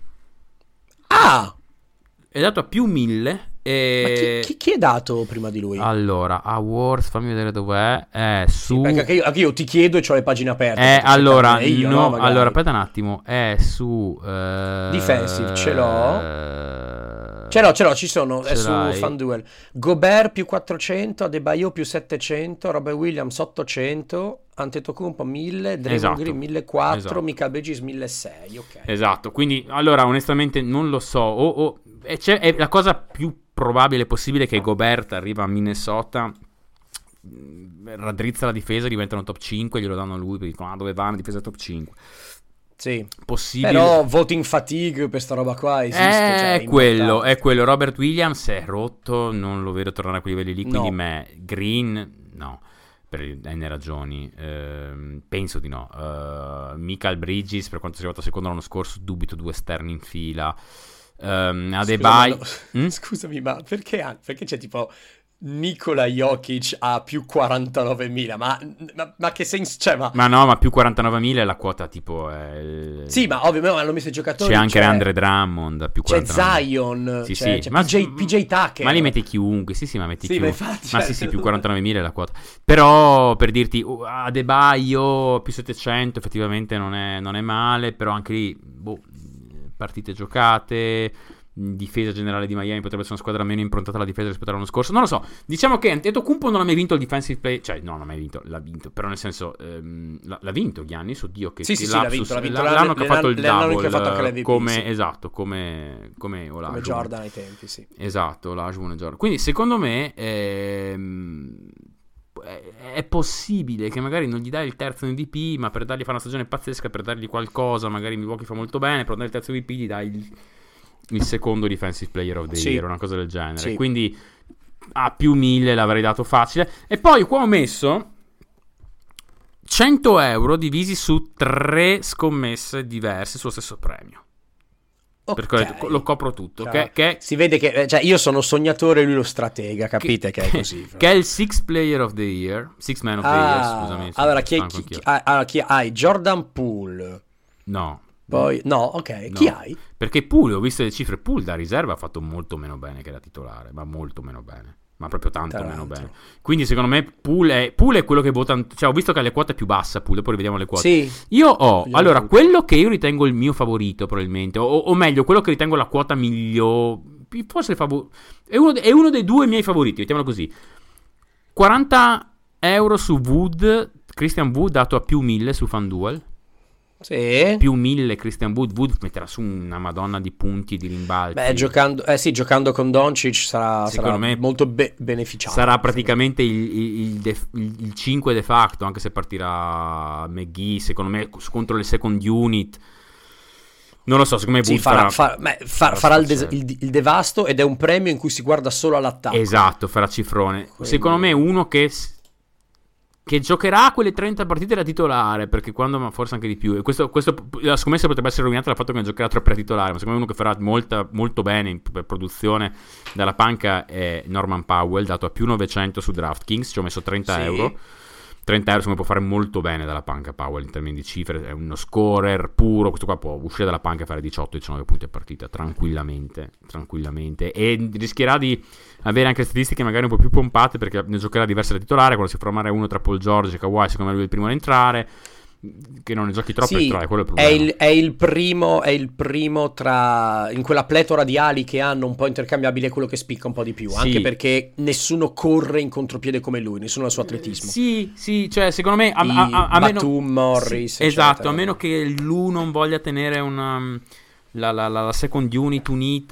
Ah! È dato a più mille. E... Ma chi, chi, chi è dato prima di lui? Allora, Awards, fammi vedere dov'è. È su... Sì, perché anche io, anche io ti chiedo e ho le pagine aperte. È, allora, io, no, no, allora, aspetta un attimo. È su... Uh... Defensive, ce l'ho. Uh... Ce l'ho, ce l'ho, ci sono, ce è su l'hai. FanDuel. Gobert più quattrocento, Adebayo più settecento, Robert Williams ottocento, Antetokounmpo mille, Draymond Esatto. Green millequattrocento, Esatto. Michael Bridges milleseicento, ok. Esatto, quindi, allora, onestamente non lo so. O, o, è, c'è, è la cosa più probabile possibile che Gobert arriva a Minnesota, raddrizza la difesa, diventano top cinque, glielo danno a lui, perché dicono, ah, dove va una difesa top cinque. Sì, possibile. Però voting fatigue per sta roba qua esiste, è, cioè, è quello, è quello. Robert Williams è rotto, non lo vedo tornare a quei livelli lì, quindi No. me Green no, per N ragioni, ehm, penso di no. uh, Michael Bridges, per quanto sia arrivato secondo l'anno scorso, dubito due esterni in fila. um, Adebayo Scusami, no. mm? Scusami, ma perché, perché c'è tipo Nikola Jokic a più quarantanovemila, ma, ma, ma che senso c'è? Ma... ma no, ma più quarantanovamila è la quota tipo è... sì, ma ovviamente hanno messo i giocatori, c'è anche c'è... Andre Drummond a più c'è quarantanovamila. Zion, sì, c'è, sì. c'è Ma, P J, P J Tucker, ma li metti chiunque, sì sì, ma metti sì, chiunque, ma, infatti, ma cioè... sì sì, più quarantanovamila è la quota. Però per dirti, uh, Adebayo più settecento effettivamente non è, non è male, però anche lì boh, partite giocate, difesa generale di Miami potrebbe essere una squadra meno improntata alla difesa rispetto all'anno scorso, non lo so. Diciamo che Antetokounmpo non ha mai vinto il defensive play, cioè no, non ha mai vinto, l'ha vinto, però nel senso ehm, l'ha, l'ha vinto Giannis, oddio che, sì, che sì, lapsus, sì, l'ha vinto, l'ha vinto l'anno l'anno, che ha fatto il l'anno che ha double, fatto anche l'M V P, come sì. esatto, come come Olajuwon. come Jordan ai tempi, sì. Esatto, Olajuwon e Jordan. Quindi secondo me ehm, è possibile che magari non gli dai il terzo M V P, ma per dargli fare una stagione pazzesca, per dargli qualcosa, magari Milwaukee fa molto bene, per dare il terzo M V P gli dai il, il secondo defensive player of the sì. year, una cosa del genere. Sì. Quindi a più mille l'avrei dato facile. E poi qua ho messo cento euro divisi su tre scommesse diverse sullo stesso premio. Okay. Perché ho detto, lo copro tutto. Cioè, che, che, si vede che cioè, io sono sognatore e lui lo stratega, capite che, che è così. Che è il Six Player of the Year, Six Man of the ah, Year, scusami. Allora, chi, chi, chi, ah, allora, chi hai? Jordan Poole. No. Poi, no, ok. No. Chi hai? Perché Poole, ho visto le cifre, Poole da riserva ha fatto molto meno bene che da titolare, ma molto meno bene. Ma proprio tanto Tanto. meno bene. Quindi secondo me Poole è, Poole è quello che vota. Cioè ho visto che ha le quote più basse Poole, poi rivediamo le quote. Sì. Io ho, Vediamo allora, tutto. quello che io ritengo il mio favorito probabilmente, o, o meglio, quello che ritengo la quota migliore, forse il favor- è, uno de- è uno dei due miei favoriti, mettiamolo così. quaranta euro su Wood, Christian Wood dato a più mille su FanDuel. Sì. Più mille Christian Wood. Wood metterà su una madonna di punti, di rimbalzi. Beh, giocando, eh sì, giocando con Doncic sarà, Secondo sarà me molto be- beneficiato. Sarà praticamente il, il, il, def- il, il cinque de facto, anche se partirà McGee, secondo me, contro le second unit. Non lo so, secondo me Sì, Wood farà, farà, fa- beh, fa- farà farà il, des- sfaccello. il- il devasto, ed è un premio in cui si guarda solo all'attacco. Esatto, farà cifrone. Quindi- Secondo me uno che, s- che giocherà quelle trenta partite da titolare, perché quando, ma forse anche di più. E questo, questo, la scommessa potrebbe essere rovinata dal fatto che non giocherà troppo da titolare, ma secondo me uno che farà molta, molto bene in per produzione dalla panca è Norman Powell, dato a più novecento su DraftKings, ci ho messo trenta Sì. euro. trenta euro secondo me può fare molto bene dalla panca Powell in termini di cifre, è uno scorer puro, questo qua può uscire dalla panca e fare diciotto diciannove punti a partita tranquillamente, tranquillamente, e rischierà di avere anche statistiche magari un po' più pompate perché ne giocherà diverse da titolare, quando si formare uno tra Paul George e Kawhi, secondo me lui è il primo ad entrare, che non ne giochi troppo Sì, a titolare, quello è il è problema. il, è il primo, è il primo tra in quella pletora di ali che hanno un po' intercambiabile, quello che spicca un po' di più, Sì. anche perché nessuno corre in contropiede come lui, nessuno ha il suo atletismo. Sì, sì, cioè secondo me a, I a, a, a meno, Batum, Morris, sì, esatto, eccetera. a meno che lui non voglia tenere una la, la, la, la second unit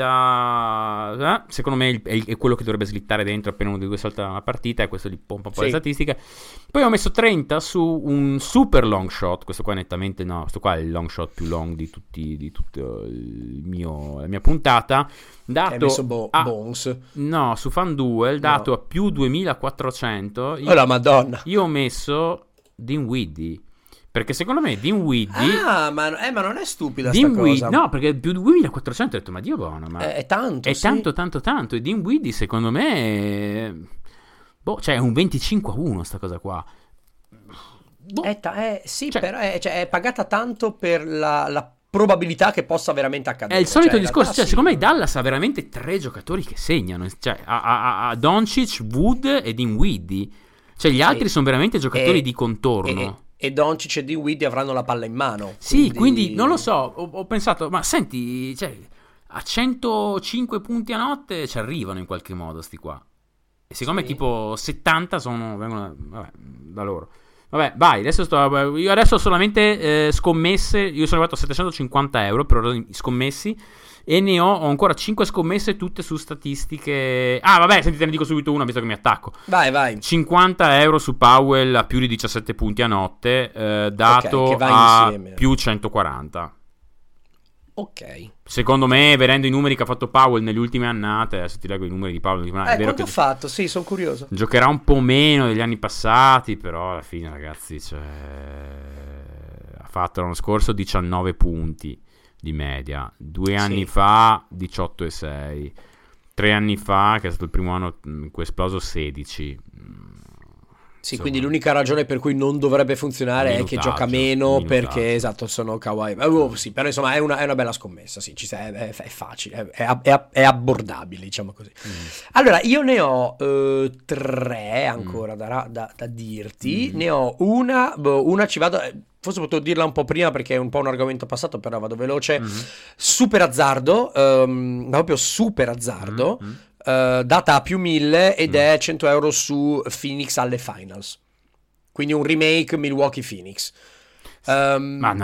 unita, eh, secondo me è, il- è il- è quello che dovrebbe slittare dentro appena uno di due salta una partita, e questo gli pompa un po' Sì. le statistiche. Poi ho messo trenta su un super long shot, questo qua nettamente no, questo qua è il long shot più long di tutti, di tutto il mio, la mia puntata, dato Hai messo Bo- a, Bones. no, su FanDuel, dato No. a più duemilaquattrocento. Io- Oh la madonna. io ho messo Dinwiddie, perché secondo me Dinwiddie Ah, ma, eh, ma non è stupida sta Dinwiddie cosa. no, perché più duemilaquattrocento ho detto ma Dio buono, ma È, è tanto, è sì. tanto tanto tanto, e Dinwiddie secondo me è... boh, cioè è un venticinque a uno sta cosa qua. Boh. È ta- è- sì, Cioè- però è, cioè, è pagata tanto per la, la probabilità che possa veramente accadere. È il solito Cioè, in discorso, realtà cioè, sì. secondo me Dallas ha veramente tre giocatori che segnano, cioè ha, ha, ha Doncic, Wood e Dinwiddie, cioè gli altri sono veramente giocatori E- di contorno. E, e Doncic e Dinwiddie avranno la palla in mano. Sì, quindi non lo so, ho, ho pensato, ma senti, cioè, a centocinque punti a notte ci arrivano in qualche modo sti qua. E secondo me Sì. tipo settanta sono, vengono vabbè, da loro. Vabbè, vai, adesso sto, io adesso ho solamente eh, scommesse, io sono arrivato a settecentocinquanta euro per ora in scommessi, e ne ho, ho ancora cinque scommesse tutte su statistiche. Ah vabbè, senti, te ne dico subito una visto che mi attacco. Vai, vai. cinquanta euro su Powell a più di diciassette punti a notte, eh, dato Ok, che va a insieme. più centoquaranta. Ok. Secondo me, vedendo i numeri che ha fatto Powell nelle ultime annate, adesso ti leggo i numeri di Powell, nelle ultime annate, Eh, è vero quanto che ha fatto? Sì, sono curioso. giocherà un po' meno degli anni passati, però alla fine ragazzi, cioè, ha fatto l'anno scorso diciannove punti di media, due anni Sì. fa diciotto e sei, tre anni fa, che è stato il primo anno in cui è esploso, sedici. Sì, Insomma, quindi l'unica ragione per cui non dovrebbe funzionare è che minutaggio, gioca meno minutaggio. perché, esatto, sono Kawhi. Eh, oh, sì, però insomma è una, è una bella scommessa, sì, ci sa- è, è- è facile, è, è- è- è abbordabile, diciamo così. Mm. Allora, io ne ho eh, tre ancora da, ra- da- da dirti, Mm. ne ho una, boh, una ci vado, eh, forse potevo dirla un po' prima perché è un po' un argomento passato, però vado veloce. Mhm. Super azzardo, ehm, proprio super azzardo, Mhm. eh, data a più mille ed Mm. è cento euro su Phoenix alle finals. Quindi un remake Milwaukee Phoenix. Ehm, Ma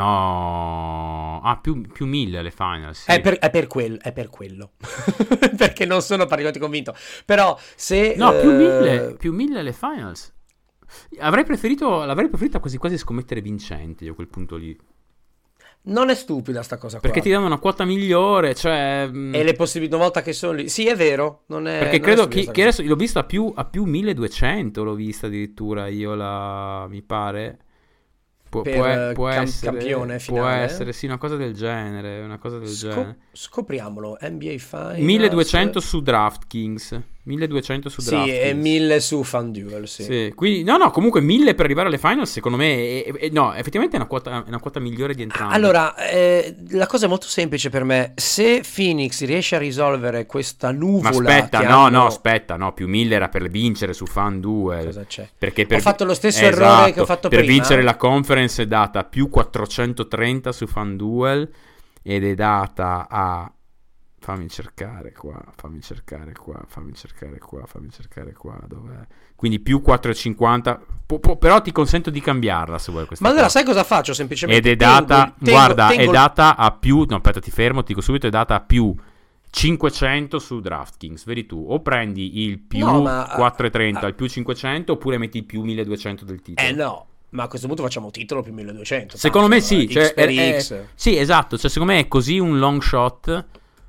no, ah, più, più mille alle finals. Sì. È per, è per quel- è per quello. Perché non sono particolarmente convinto. Però se... No, più eh, mille, più mille alle finals. Avrei preferito, l'avrei preferita quasi quasi scommettere vincenti a quel punto lì. Non è stupida sta cosa qua. Perché ti danno una quota migliore, cioè... mh, E le possibilità, una volta che sono lì... Sì, è vero. Non è, perché non è credo stupida che, sta che cosa. adesso l'ho vista a più, a più milleduecento, l'ho vista addirittura io la... mi pare... Può, Per, può, eh, può cam- essere, campione può finale? essere, sì, una cosa del genere, una cosa del Scop- genere. scopriamolo. N B A Finals. milleduecento su DraftKings, milleduecento su Sì, DraftKings. e mille su FanDuel, sì. Sì, quindi no, no, comunque mille per arrivare alle finals, secondo me, è- è- no, effettivamente è una quota, è una quota migliore di entrambi. Allora, eh, la cosa è molto semplice per me. Se Phoenix riesce a risolvere questa ma nuvola aspetta, che no, hanno- no, aspetta, no, più mille era per vincere su FanDuel. Cosa c'è? Perché per Ho fatto lo stesso Esatto, errore che ho fatto per prima. vincere la conference è data più quattrocentotrenta su FanDuel ed è data a fammi cercare qua, fammi cercare qua, fammi cercare qua, fammi cercare qua, dov'è? Quindi più quattrocentocinquanta, po- po- però ti consento di cambiarla se vuoi questa Ma allora cosa. sai cosa faccio? Semplicemente Ed è tengo data, il- tengo- guarda, tengo è il- data a più, no aspetta ti fermo, ti dico subito, è data a più cinquecento su DraftKings, vedi tu, o prendi il più No, ma- quattrocentotrenta ah, al più cinquecento oppure metti il più milleduecento del titolo. Eh no. Ma a questo punto facciamo titolo più milleduecento. Secondo tanto, me sì, eh, cioè, X per è, X. è, sì, esatto, cioè secondo me è così un long shot.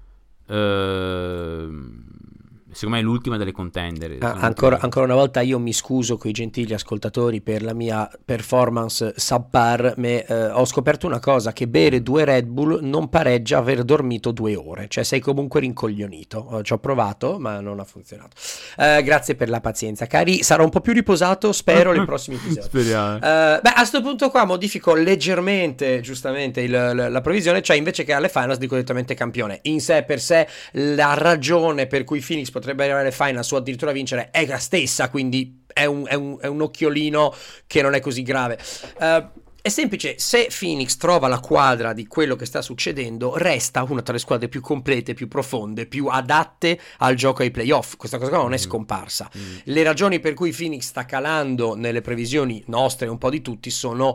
Ehm Secondo me è l'ultima delle contender. Ah, ancora, ancora una volta io mi scuso con i gentili ascoltatori per la mia performance subpar, ma eh, ho scoperto una cosa, che bere due Red Bull non pareggia aver dormito due ore, cioè sei comunque rincoglionito. Ci ho provato ma non ha funzionato. Eh, grazie per la pazienza cari, sarò un po' più riposato spero nei prossimi episodi. Speriamo. Eh, beh, a questo punto qua modifico leggermente giustamente il, la, la previsione, cioè invece che alle finals dico direttamente campione. In sé per sé la ragione per cui Phoenix potrebbe arrivare alle finals o addirittura vincere è la stessa, quindi è un, è un, è un occhiolino che non è così grave. Uh, è semplice, se Phoenix trova la quadra di quello che sta succedendo, resta una tra le squadre più complete, più profonde, più adatte al gioco ai playoff. Questa cosa qua non è scomparsa. Mm. Le ragioni per cui Phoenix sta calando nelle previsioni nostre e un po' di tutti sono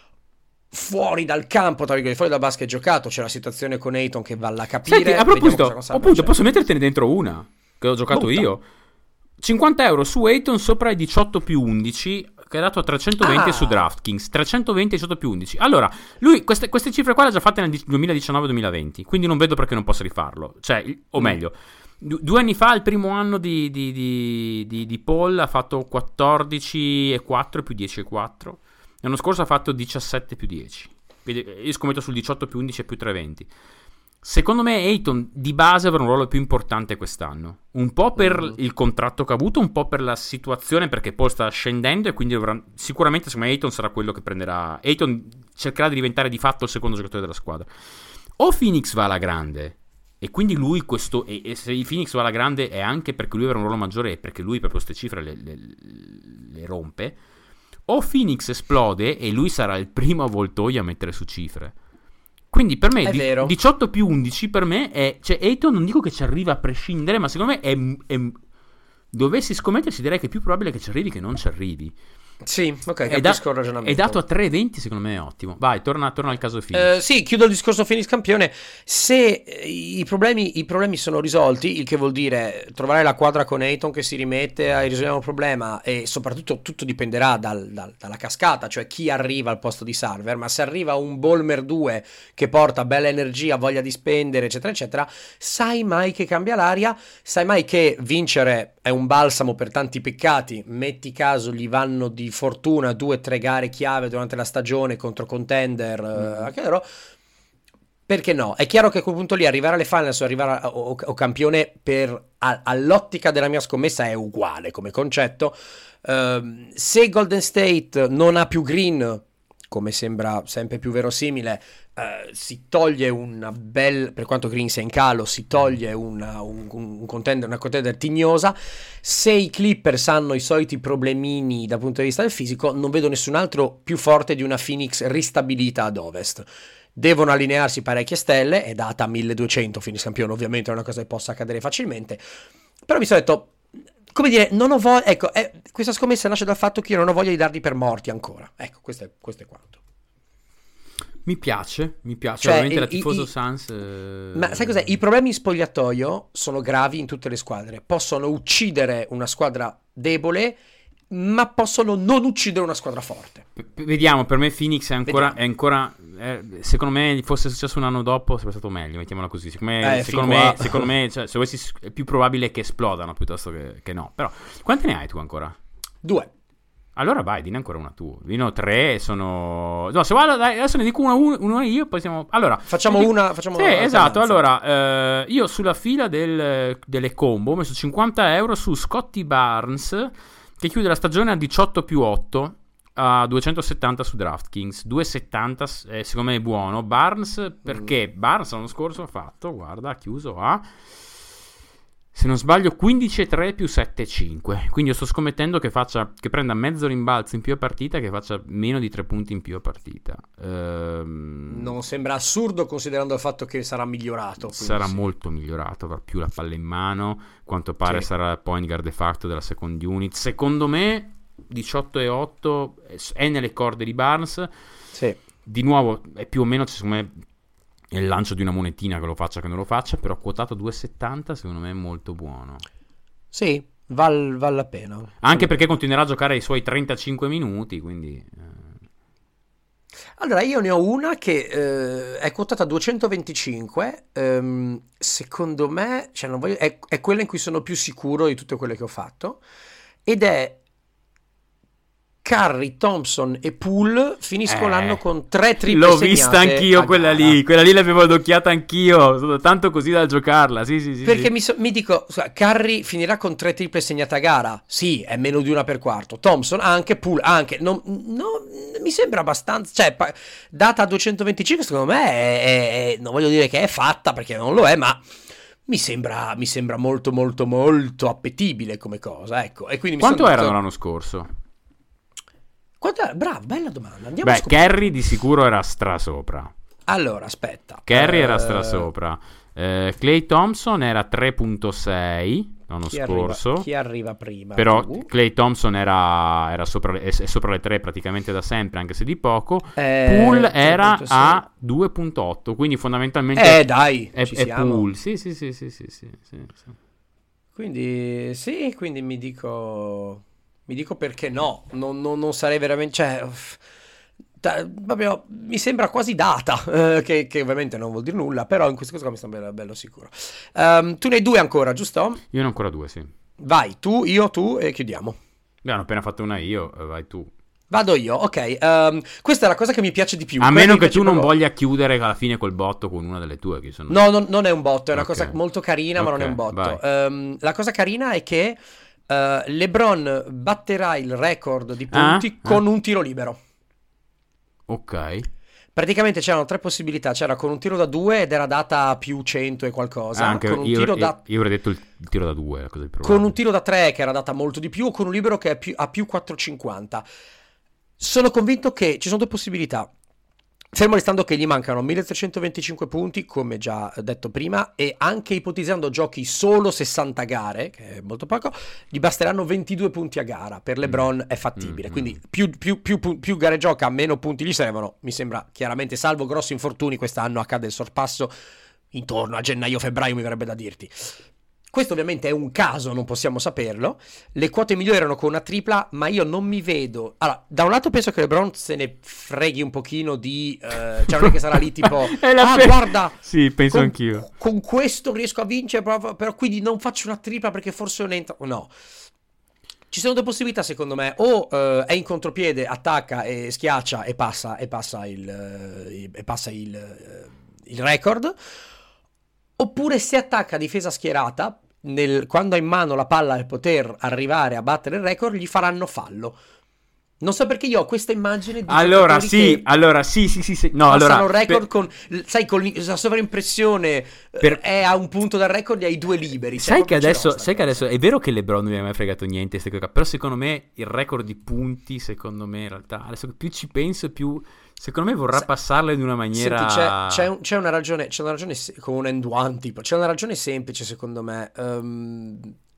fuori dal campo, tra virgolette, fuori dal basket giocato. C'è la situazione con Ayton che va a capire. Senti, a proposito, appunto, posso mettertene dentro una che ho giocato Butta. io. cinquanta euro su Ayton sopra i diciotto più undici, che è dato a trecentoventi ah. su DraftKings. trecentoventi e diciotto più undici. Allora, lui queste, queste cifre qua le ha già fatte nel duemiladiciannove duemilaventi, quindi non vedo perché non possa rifarlo. Cioè, o mm. meglio, du- due anni fa, il primo anno di, di, di, di, di Paul, ha fatto quattordici e quattro più dieci e quattro. L'anno scorso ha fatto diciassette più dieci. Quindi io scommetto sul diciotto più undici e più tre venti. Secondo me Ayton di base avrà un ruolo più importante quest'anno, un po' per mm. il contratto che ha avuto, un po' per la situazione, perché Paul sta scendendo e quindi dovrà, sicuramente secondo me Ayton sarà quello che prenderà. Ayton cercherà di diventare di fatto il secondo giocatore della squadra. O Phoenix va alla grande e quindi lui questo, e, e se il Phoenix va alla grande è anche perché lui avrà un ruolo maggiore e perché lui proprio queste cifre le, le, le rompe, o Phoenix esplode e lui sarà il primo avvoltoio a mettere su cifre. Quindi per me di, diciotto più undici per me è, cioè Ayton non dico che ci arriva a prescindere, ma secondo me è, è dovessi scommettersi direi che è più probabile che ci arrivi che non ci arrivi. Sì, ok, è, da, il ragionamento. È dato a tre venti, secondo me è ottimo. Vai, torna, torna al caso Phoenix. Uh, sì, chiudo il discorso Phoenix campione. Se i problemi, i problemi sono risolti, il che vuol dire trovare la quadra con Ayton che si rimette a risolvere un problema, e soprattutto tutto dipenderà dal, dal, dalla cascata, cioè chi arriva al posto di Sarver. Ma se arriva un Ballmer due che porta bella energia, voglia di spendere, eccetera eccetera, sai mai che cambia l'aria, sai mai che vincere è un balsamo per tanti peccati. Metti caso gli vanno di fortuna due o tre gare chiave durante la stagione contro contender, mm. eh, loro, perché no? È chiaro che a quel punto lì arrivare alle finals o arrivare a, o, o campione per a, all'ottica della mia scommessa è uguale come concetto. Uh, se Golden State non ha più Green, come sembra sempre più verosimile, uh, si toglie una bella, per quanto Green sia in calo, si toglie una, un, un contender, una contender tignosa. Se i Clippers hanno i soliti problemini dal punto di vista del fisico, non vedo nessun altro più forte di una Phoenix ristabilita ad ovest. Devono allinearsi parecchie stelle, è data a milleduecento Phoenix campione, ovviamente è una cosa che possa accadere facilmente, però mi sono detto, come dire, non ho voglia, ecco, eh, questa scommessa nasce dal fatto che io non ho voglia di darli per morti ancora, ecco, questo è, questo è quanto. Mi piace, mi piace, cioè, ovviamente la i, tifoso i, Suns eh... ma sai cos'è? I problemi in spogliatoio sono gravi in tutte le squadre, possono uccidere una squadra debole, ma possono non uccidere una squadra forte. P- vediamo, per me Phoenix è ancora, è ancora eh, secondo me fosse successo un anno dopo sarebbe stato meglio, mettiamola così. Secondo me, eh, secondo, me secondo me, cioè, se volessi, è più probabile che esplodano piuttosto che, che no. Però quante ne hai tu ancora? Due. Allora vai, dine ancora una tu. Dino tre sono... No, se vuoi, dai, adesso ne dico una, una io, poi siamo... Allora... Facciamo dico... una... Facciamo sì, una esatto. Allora, eh, io sulla fila del, delle combo ho messo cinquanta euro su Scotty Barnes, che chiude la stagione a diciotto più otto, a duecentosettanta su DraftKings. duecentosettanta eh, secondo me è buono. Barnes, perché mm. Barnes l'anno scorso ha fatto, guarda, ha chiuso a... se non sbaglio quindici e tre più sette e cinque, quindi io sto scommettendo che faccia, che prenda mezzo rimbalzo in più a partita, che faccia meno di tre punti in più a partita. Ehm... non sembra assurdo considerando il fatto che sarà migliorato, sarà sì. molto migliorato, avrà più la palla in mano, quanto pare sì. Sarà point guard de facto della second unit. Secondo me diciotto e otto è nelle corde di Barnes, sì. Di nuovo è più o meno, secondo me, il lancio di una monetina, che lo faccia che non lo faccia, però quotato due e settanta secondo me è molto buono. Sì, val, val la pena. Anche perché continuerà a giocare i suoi trentacinque minuti, quindi... Eh... Allora, io ne ho una che eh, è quotata a duecentoventicinque, ehm, secondo me, cioè non voglio- è, è quella in cui sono più sicuro di tutte quelle che ho fatto, ed è Curry, Thompson e Poole finiscono l'anno Eh, con tre triple l'ho segnate vista anch'io a quella gara. lì, quella lì l'avevo adocchiata anch'io, sono tanto così da giocarla, sì sì sì. Perché sì. mi, so- mi dico, scusa, Curry finirà con tre triple segnate a gara? Sì, è meno di una per quarto. Thompson anche, Poole anche. Non, non- mi sembra abbastanza, cioè, pa- data a duecentoventicinque, secondo me, è, è- è- non voglio dire che è fatta perché non lo è, ma mi sembra, mi sembra molto, molto, molto appetibile come cosa. Ecco, e quindi mi Quanto sono erano detto, l'anno scorso? quanto era? Bravo, bella domanda. Andiamo a Beh, scoprire. Kerry di sicuro era strasopra. Allora, aspetta. Kerry era Eh, strasopra. Eh, Klay Thompson era tre virgola sei l'anno chi arriva, scorso. chi arriva prima? Però Tu? Klay Thompson era, era sopra, le, è, è sopra le tre praticamente da sempre, anche se di poco. Eh, Poole era tre virgola sei. a due virgola otto, quindi fondamentalmente Eh, dai, è, ci è siamo. Poole. Sì, sì, sì, sì, sì, sì, sì, sì. Quindi sì, quindi mi dico, mi dico perché no, non, non- non sarei veramente, cioè, uff, da- proprio, mi sembra quasi data, eh, che, che ovviamente non vuol dire nulla, però in questo caso mi sembra bello, bello sicuro. Ehm, tu ne hai due ancora, giusto? Io ne ho ancora due, sì. Vai, tu, io, tu e chiudiamo. Ne ho appena fatto una io, eh, vai tu. Vado io, ok. Ehm, questa è la cosa che mi piace di più. A quella meno mi che piace tu non proprio- voglia chiudere alla fine col botto con una delle tue, che sono... No, non, non è un botto, è una Ok. cosa molto carina, ma non è un Ok, botto. vai. Ehm, la cosa carina è che eh, LeBron batterà il record di punti Ah? con un tiro libero. Ok. Praticamente c'erano tre possibilità, c'era con un tiro da due ed era data a più cento e qualcosa, Ah, anche con un io, tiro io- da io avrei detto il, il tiro da due, la cosa più con probabile. un tiro da tre che era data molto di più o con un libero che è più, a più quattrocentocinquanta. Sono convinto che ci sono due possibilità. Fermo restando che gli mancano milletrecentoventicinque punti, come già detto prima, e anche ipotizzando giochi solo sessanta gare, che è molto poco, gli basteranno ventidue punti a gara. Per LeBron è fattibile. Mm, Quindi più, più- più pu- più gare gioca, meno punti gli servono. Mi sembra chiaramente, salvo grossi infortuni, quest'anno accade il sorpasso intorno a gennaio-febbraio, mi verrebbe da dirti. Questo ovviamente è un caso, non possiamo saperlo. Le quote migliori erano con una tripla, ma io non mi vedo. Allora, da un lato penso che LeBron se ne freghi un pochino di. Eh, cioè, non è che sarà lì tipo. È la Ah, pe- guarda, Sì, penso con, anch'io. con questo riesco a vincere, però, però quindi non faccio una tripla perché forse non entra. No. Ci sono due possibilità, secondo me. O eh, è in contropiede, attacca e schiaccia e passa, e passa il, eh, e passa il, eh, il record. Oppure se attacca a difesa schierata, nel- quando ha in mano la palla per poter arrivare a battere il record, gli faranno fallo. Non so perché io ho questa immagine di Allora, giocatori sì, che allora, sì, sì, sì, sì. No, passano allora, il record per- con, sai, con la sovraimpressione, eh, Per- è a un punto dal record e hai due liberi. Cioè, Sai che proprio ce l'ho adesso, sta sai che cosa. adesso è vero che LeBron non mi ha mai fregato niente, ste cose qua, però secondo me il record di punti, secondo me in realtà, adesso più ci penso, più secondo me vorrà Se- passarle in una maniera... Senti, c'è, c'è un- c'è una ragione, c'è una ragione se- con un end one tipo, c'è una ragione semplice secondo me. Ehm,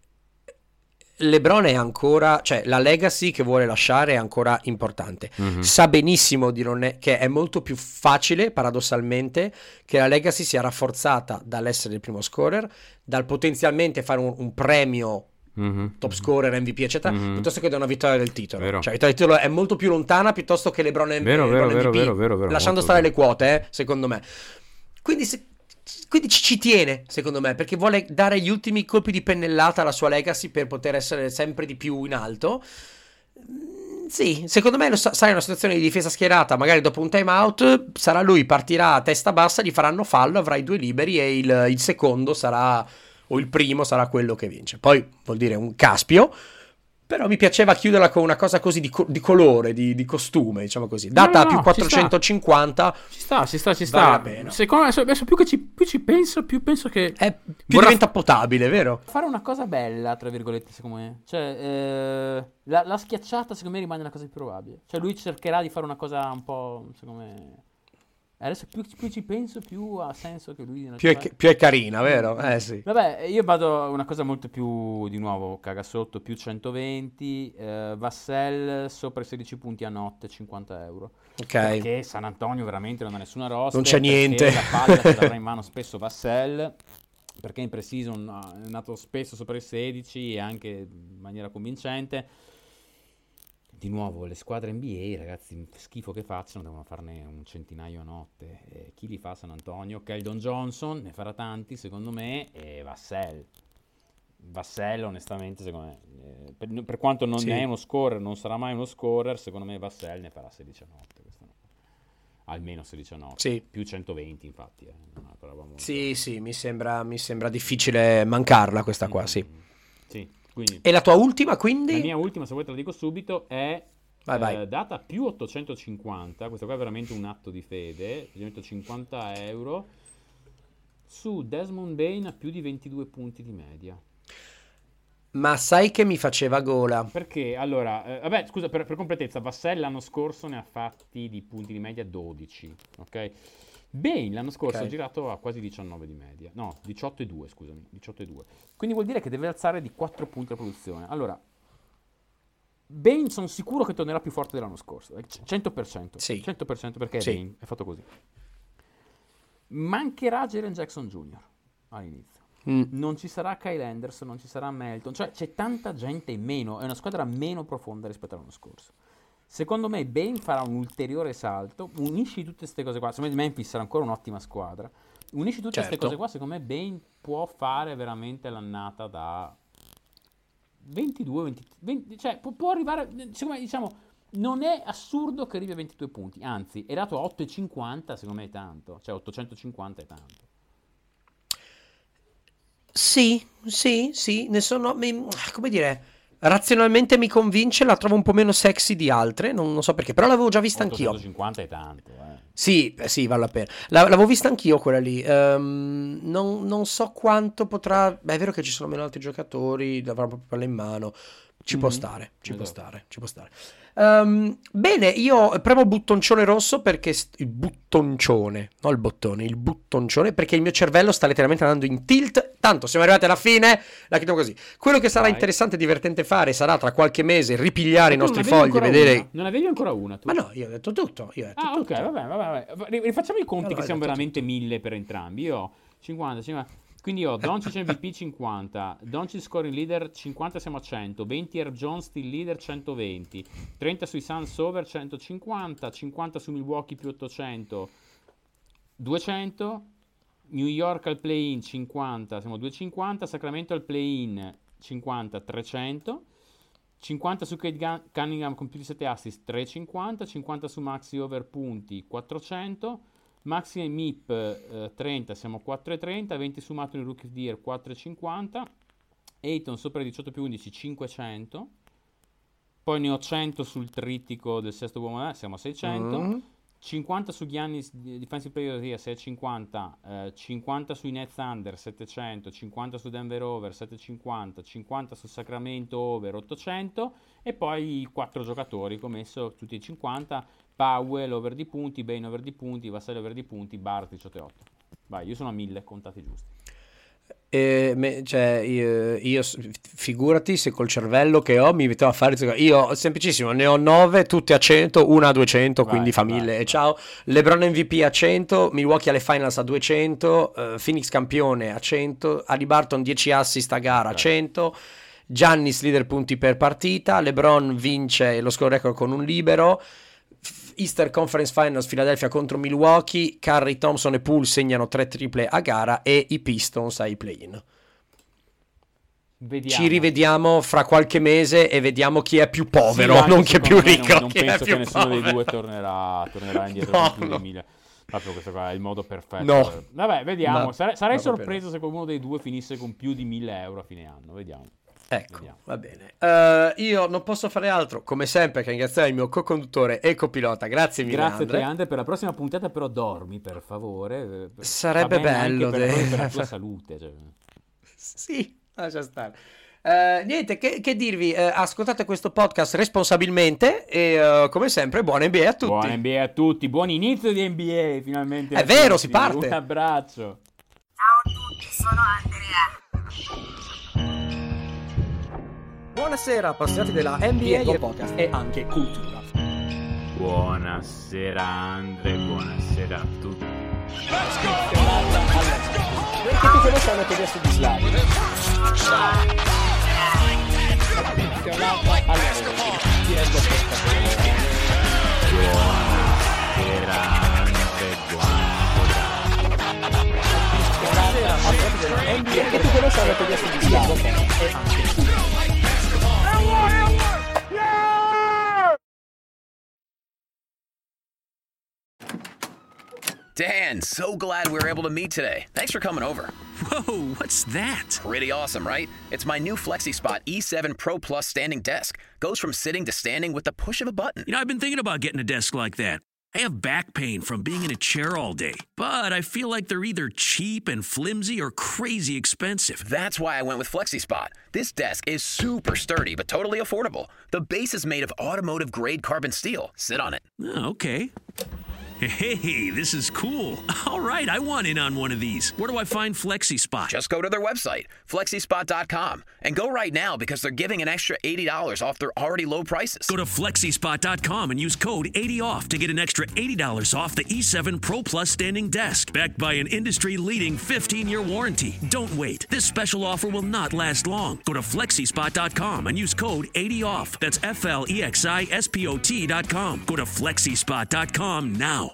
LeBron è ancora, cioè la legacy che vuole lasciare è ancora importante. Mhm. Sa benissimo di non è, che è molto più facile, paradossalmente, che la legacy sia rafforzata dall'essere il primo scorer, dal potenzialmente fare un, un premio Mhm. top scorer, M V P, eccetera, Mhm. piuttosto che da una vittoria del titolo. Vero. Cioè, la vittoria del titolo è molto più lontana piuttosto che LeBron, M- Vero, vero, LeBron vero, M V P, vero, vero, vero, lasciando molto stare vero. le quote, eh, secondo me. Quindi, se- quindi ci, ci tiene, secondo me, perché vuole dare gli ultimi colpi di pennellata alla sua legacy per poter essere sempre di più in alto. Mm, Sì, secondo me lo sa- sai, una situazione di difesa schierata, magari dopo un time out, sarà lui, partirà a testa bassa, gli faranno fallo, avrai due liberi e il, il secondo sarà, o il primo sarà quello che vince. Poi vuol dire un caspio, però mi piaceva chiuderla con una cosa così di, co- di colore, di, di costume, diciamo così. Data No, a no, più no, quattrocentocinquanta, Ci sta, ci sta, ci Vale sta. la pena. Secondo me, adesso più che ci, più ci penso, più penso che... è, più vorrà diventa potabile, vero? fare una cosa bella, tra virgolette, secondo me. Cioè, eh, la, la schiacciata, secondo me, rimane la cosa più probabile. Cioè, lui cercherà di fare una cosa un po', secondo me... Adesso più, più ci penso, più ha senso che lui... Più è, più è carina, vero? Eh sì. Vabbè, io vado a una cosa molto più, di nuovo, caga sotto, più centoventi, eh, Vassell sopra i sedici punti a notte, cinquanta euro. Ok. Perché San Antonio veramente non ha nessuna roster. Non c'è niente. perché la palla ce l'avrà in mano spesso Vassell, perché in pre-season è nato spesso sopra i sedici e anche in maniera convincente. di nuovo le squadre N B A, ragazzi, schifo che facciano, devono farne un centinaio a notte. E chi li fa? San Antonio, Keldon Johnson, ne farà tanti secondo me, e Vassell. Vassell onestamente secondo me, eh, per, per quanto non Sì. è uno scorer, non sarà mai uno scorer, secondo me Vassell ne farà sedici a notte quest'anno. Almeno sedici a notte, Sì. più centoventi infatti. Eh. Non è una roba molto- Sì, sì, mi sembra, mi sembra difficile mancarla questa qua, sì. Mm, sì, quindi... E la tua ultima, quindi? La mia ultima, se vuoi te la dico subito, è Vai, eh, vai. data più ottocentocinquanta, questo qua è veramente un atto di fede, ottocentocinquanta euro, su Desmond Bain a più di ventidue punti di media. Ma sai che mi faceva gola? Perché, allora, eh, vabbè, scusa, per, per completezza, Vassell l'anno scorso ne ha fatti di punti di media dodici, ok? Bain l'anno scorso Ok. ha girato a quasi diciannove di media, no, diciotto virgola due, scusami, diciotto virgola due. Quindi vuol dire che deve alzare di quattro punti la produzione. Allora, Bain sono sicuro che tornerà più forte dell'anno scorso, eh, c- cento per cento, Sì. cento per cento perché è Sì. Bain, è fatto così. Mancherà Jaren Jackson Junior all'inizio. Mm. Non ci sarà Kyle Anderson, non ci sarà Melton, cioè c'è tanta gente in meno, è una squadra meno profonda rispetto all'anno scorso. Secondo me Bain farà un ulteriore salto, unisci tutte queste cose qua, secondo me Memphis sarà ancora un'ottima squadra, unisci tutte queste Certo. cose qua, secondo me Bain può fare veramente l'annata da ventidue venti, venti, cioè può, può arrivare, secondo me diciamo, non è assurdo che arrivi a ventidue punti, anzi è dato a otto virgola cinquanta, secondo me è tanto, cioè ottocentocinquanta è tanto. Sì, sì, sì, ne sono, mi- come dire, razionalmente mi convince, la trovo un po' meno sexy di altre, non, non so perché, però l'avevo già vista anch'io. ottocentocinquanta è tanto, eh. Sì, eh, sì, vale la pena. La- l'avevo vista anch'io quella lì. Ehm, non, non so quanto potrà. Beh, è vero che ci sono meno altri giocatori, avrà proprio palla in mano. Ci può Mhm. stare, ci può Esatto. stare, ci può stare. Ehm, bene, io premo buttoncione rosso perché st- il buttoncione, non il bottone, il buttoncione, perché il mio cervello sta letteralmente andando in tilt. Tanto siamo arrivati alla fine, la chiudiamo così. Quello che sarà Vai. interessante e divertente fare sarà tra qualche mese ripigliare i Tu non nostri avevi fogli, ancora vedere. una? Non avevi ancora una tu? Ma no, io ho detto tutto. Io ho detto Ah, tutto. ok, vabbè, vabbè, vabbè. Rifacciamo i conti Allora, che siamo hai detto veramente mille per entrambi. Io ho cinquanta, cinquanta. Quindi ho Doncic M V P cinquanta, Doncic scoring leader cinquanta, siamo a cento, venti Herb Jones steal leader centoventi, trenta sui Suns over centocinquanta, cinquanta su Milwaukee più ottocento, duecento, New York al play-in cinquanta, siamo a duecentocinquanta, Sacramento al play-in cinquanta, trecento, cinquanta su Cade Gun- Cunningham con più di sette assist trecentocinquanta, cinquanta su Maxi over punti quattrocento, Maxi e M I P eh, trenta, siamo a quattrocentotrenta, venti su Mato in Rookie of the Year quattrocentocinquanta, Ayton sopra i diciotto più undici cinquecento, poi ne ho cento sul trittico del sesto uomo, eh, siamo a seicento, Mm. cinquanta su Giannis Defensive Player of the Year seicentocinquanta, eh, cinquanta sui Nets under settecento, cinquanta su Denver over settecentocinquanta, cinquanta su Sacramento over ottocento e poi i quattro giocatori che ho messo tutti i cinquanta, Powell over di punti, Bain over di punti, Vassell over di punti, Barth diciotto virgola otto. Vai, io sono a mille, contati giusti. E me- cioè, io, io s- figurati se col cervello che ho mi mettevo a fare io semplicissimo, ne ho nove tutte a cento, una a duecento, Vai, quindi fa vai, mille e vai. ciao. LeBron M V P a cento, Milwaukee alle finals a duecento, eh, Phoenix campione a cento, Haliburton dieci assist a gara a Ok. cento, Giannis leader punti per partita, LeBron vince lo score record con un libero, F- Eastern Conference Finals Philadelphia contro Milwaukee, Curry, Thompson e Poole segnano tre triple a gara e i Pistons ai play-in. Vediamo. Ci rivediamo fra qualche mese e vediamo chi è più Sì, povero, anche non chi è più secondo me ricco. Non, non chi è penso più che nessuno dei povero. due tornerà, tornerà indietro No, con più no. di mille. Proprio questo qua è il modo perfetto. No. per- Vabbè, vediamo. No, Sare- sarei no, proprio sorpreso se qualcuno dei due finisse con più di mille euro a fine anno. Vediamo. Ecco, Vediamo. va bene. Eh, io non posso fare altro, come sempre, che ringraziare il mio co-conduttore e copilota. Grazie mille, Grazie a Andre. te, Andre. Per la prossima puntata, però, dormi per favore. Eh, Sarebbe va bene anche bello, per, de- proprio per la tua salute. Cioè. Sì, lascia stare. Eh, niente, che, che dirvi, eh, ascoltate questo podcast responsabilmente e eh, come sempre buona N B A a tutti. Buon N B A a tutti. Buon inizio di N B A, finalmente. È a vero, tutti. si parte. Un abbraccio. Ciao a tutti, sono Andrea. Buonasera appassionati della N B A podcast e anche cultura. Buonasera, Andre. Buonasera a tutti. Perché tutti noi siamo chiede su di Slavi. Allora, ti rendo hanno chiesto di Slavo e anche Dan, so glad we were able to meet today. Thanks for coming over. Whoa, what's that? Pretty awesome, right? It's my new FlexiSpot E seven Pro Plus standing desk. Goes from sitting to standing with the push of a button. You know, I've been thinking about getting a desk like that. I have back pain from being in a chair all day, but I feel like they're either cheap and flimsy or crazy expensive. That's why I went with FlexiSpot. This desk is super sturdy, but totally affordable. The base is made of automotive-grade carbon steel. Sit on it. Oh, okay. Hey, this is cool. All right, I want in on one of these. Where do I find FlexiSpot? Just go to their website, Flexispot dot com, and go right now because they're giving an extra eighty dollars off their already low prices. Go to Flexispot dot com and use code eighty off to get an extra eighty dollars off the E seven Pro Plus standing desk, backed by an industry-leading fifteen-year warranty. Don't wait. This special offer will not last long. Go to Flexispot dot com and use code eighty off. That's F L E X I S P O T dot com. Go to Flexispot dot com now.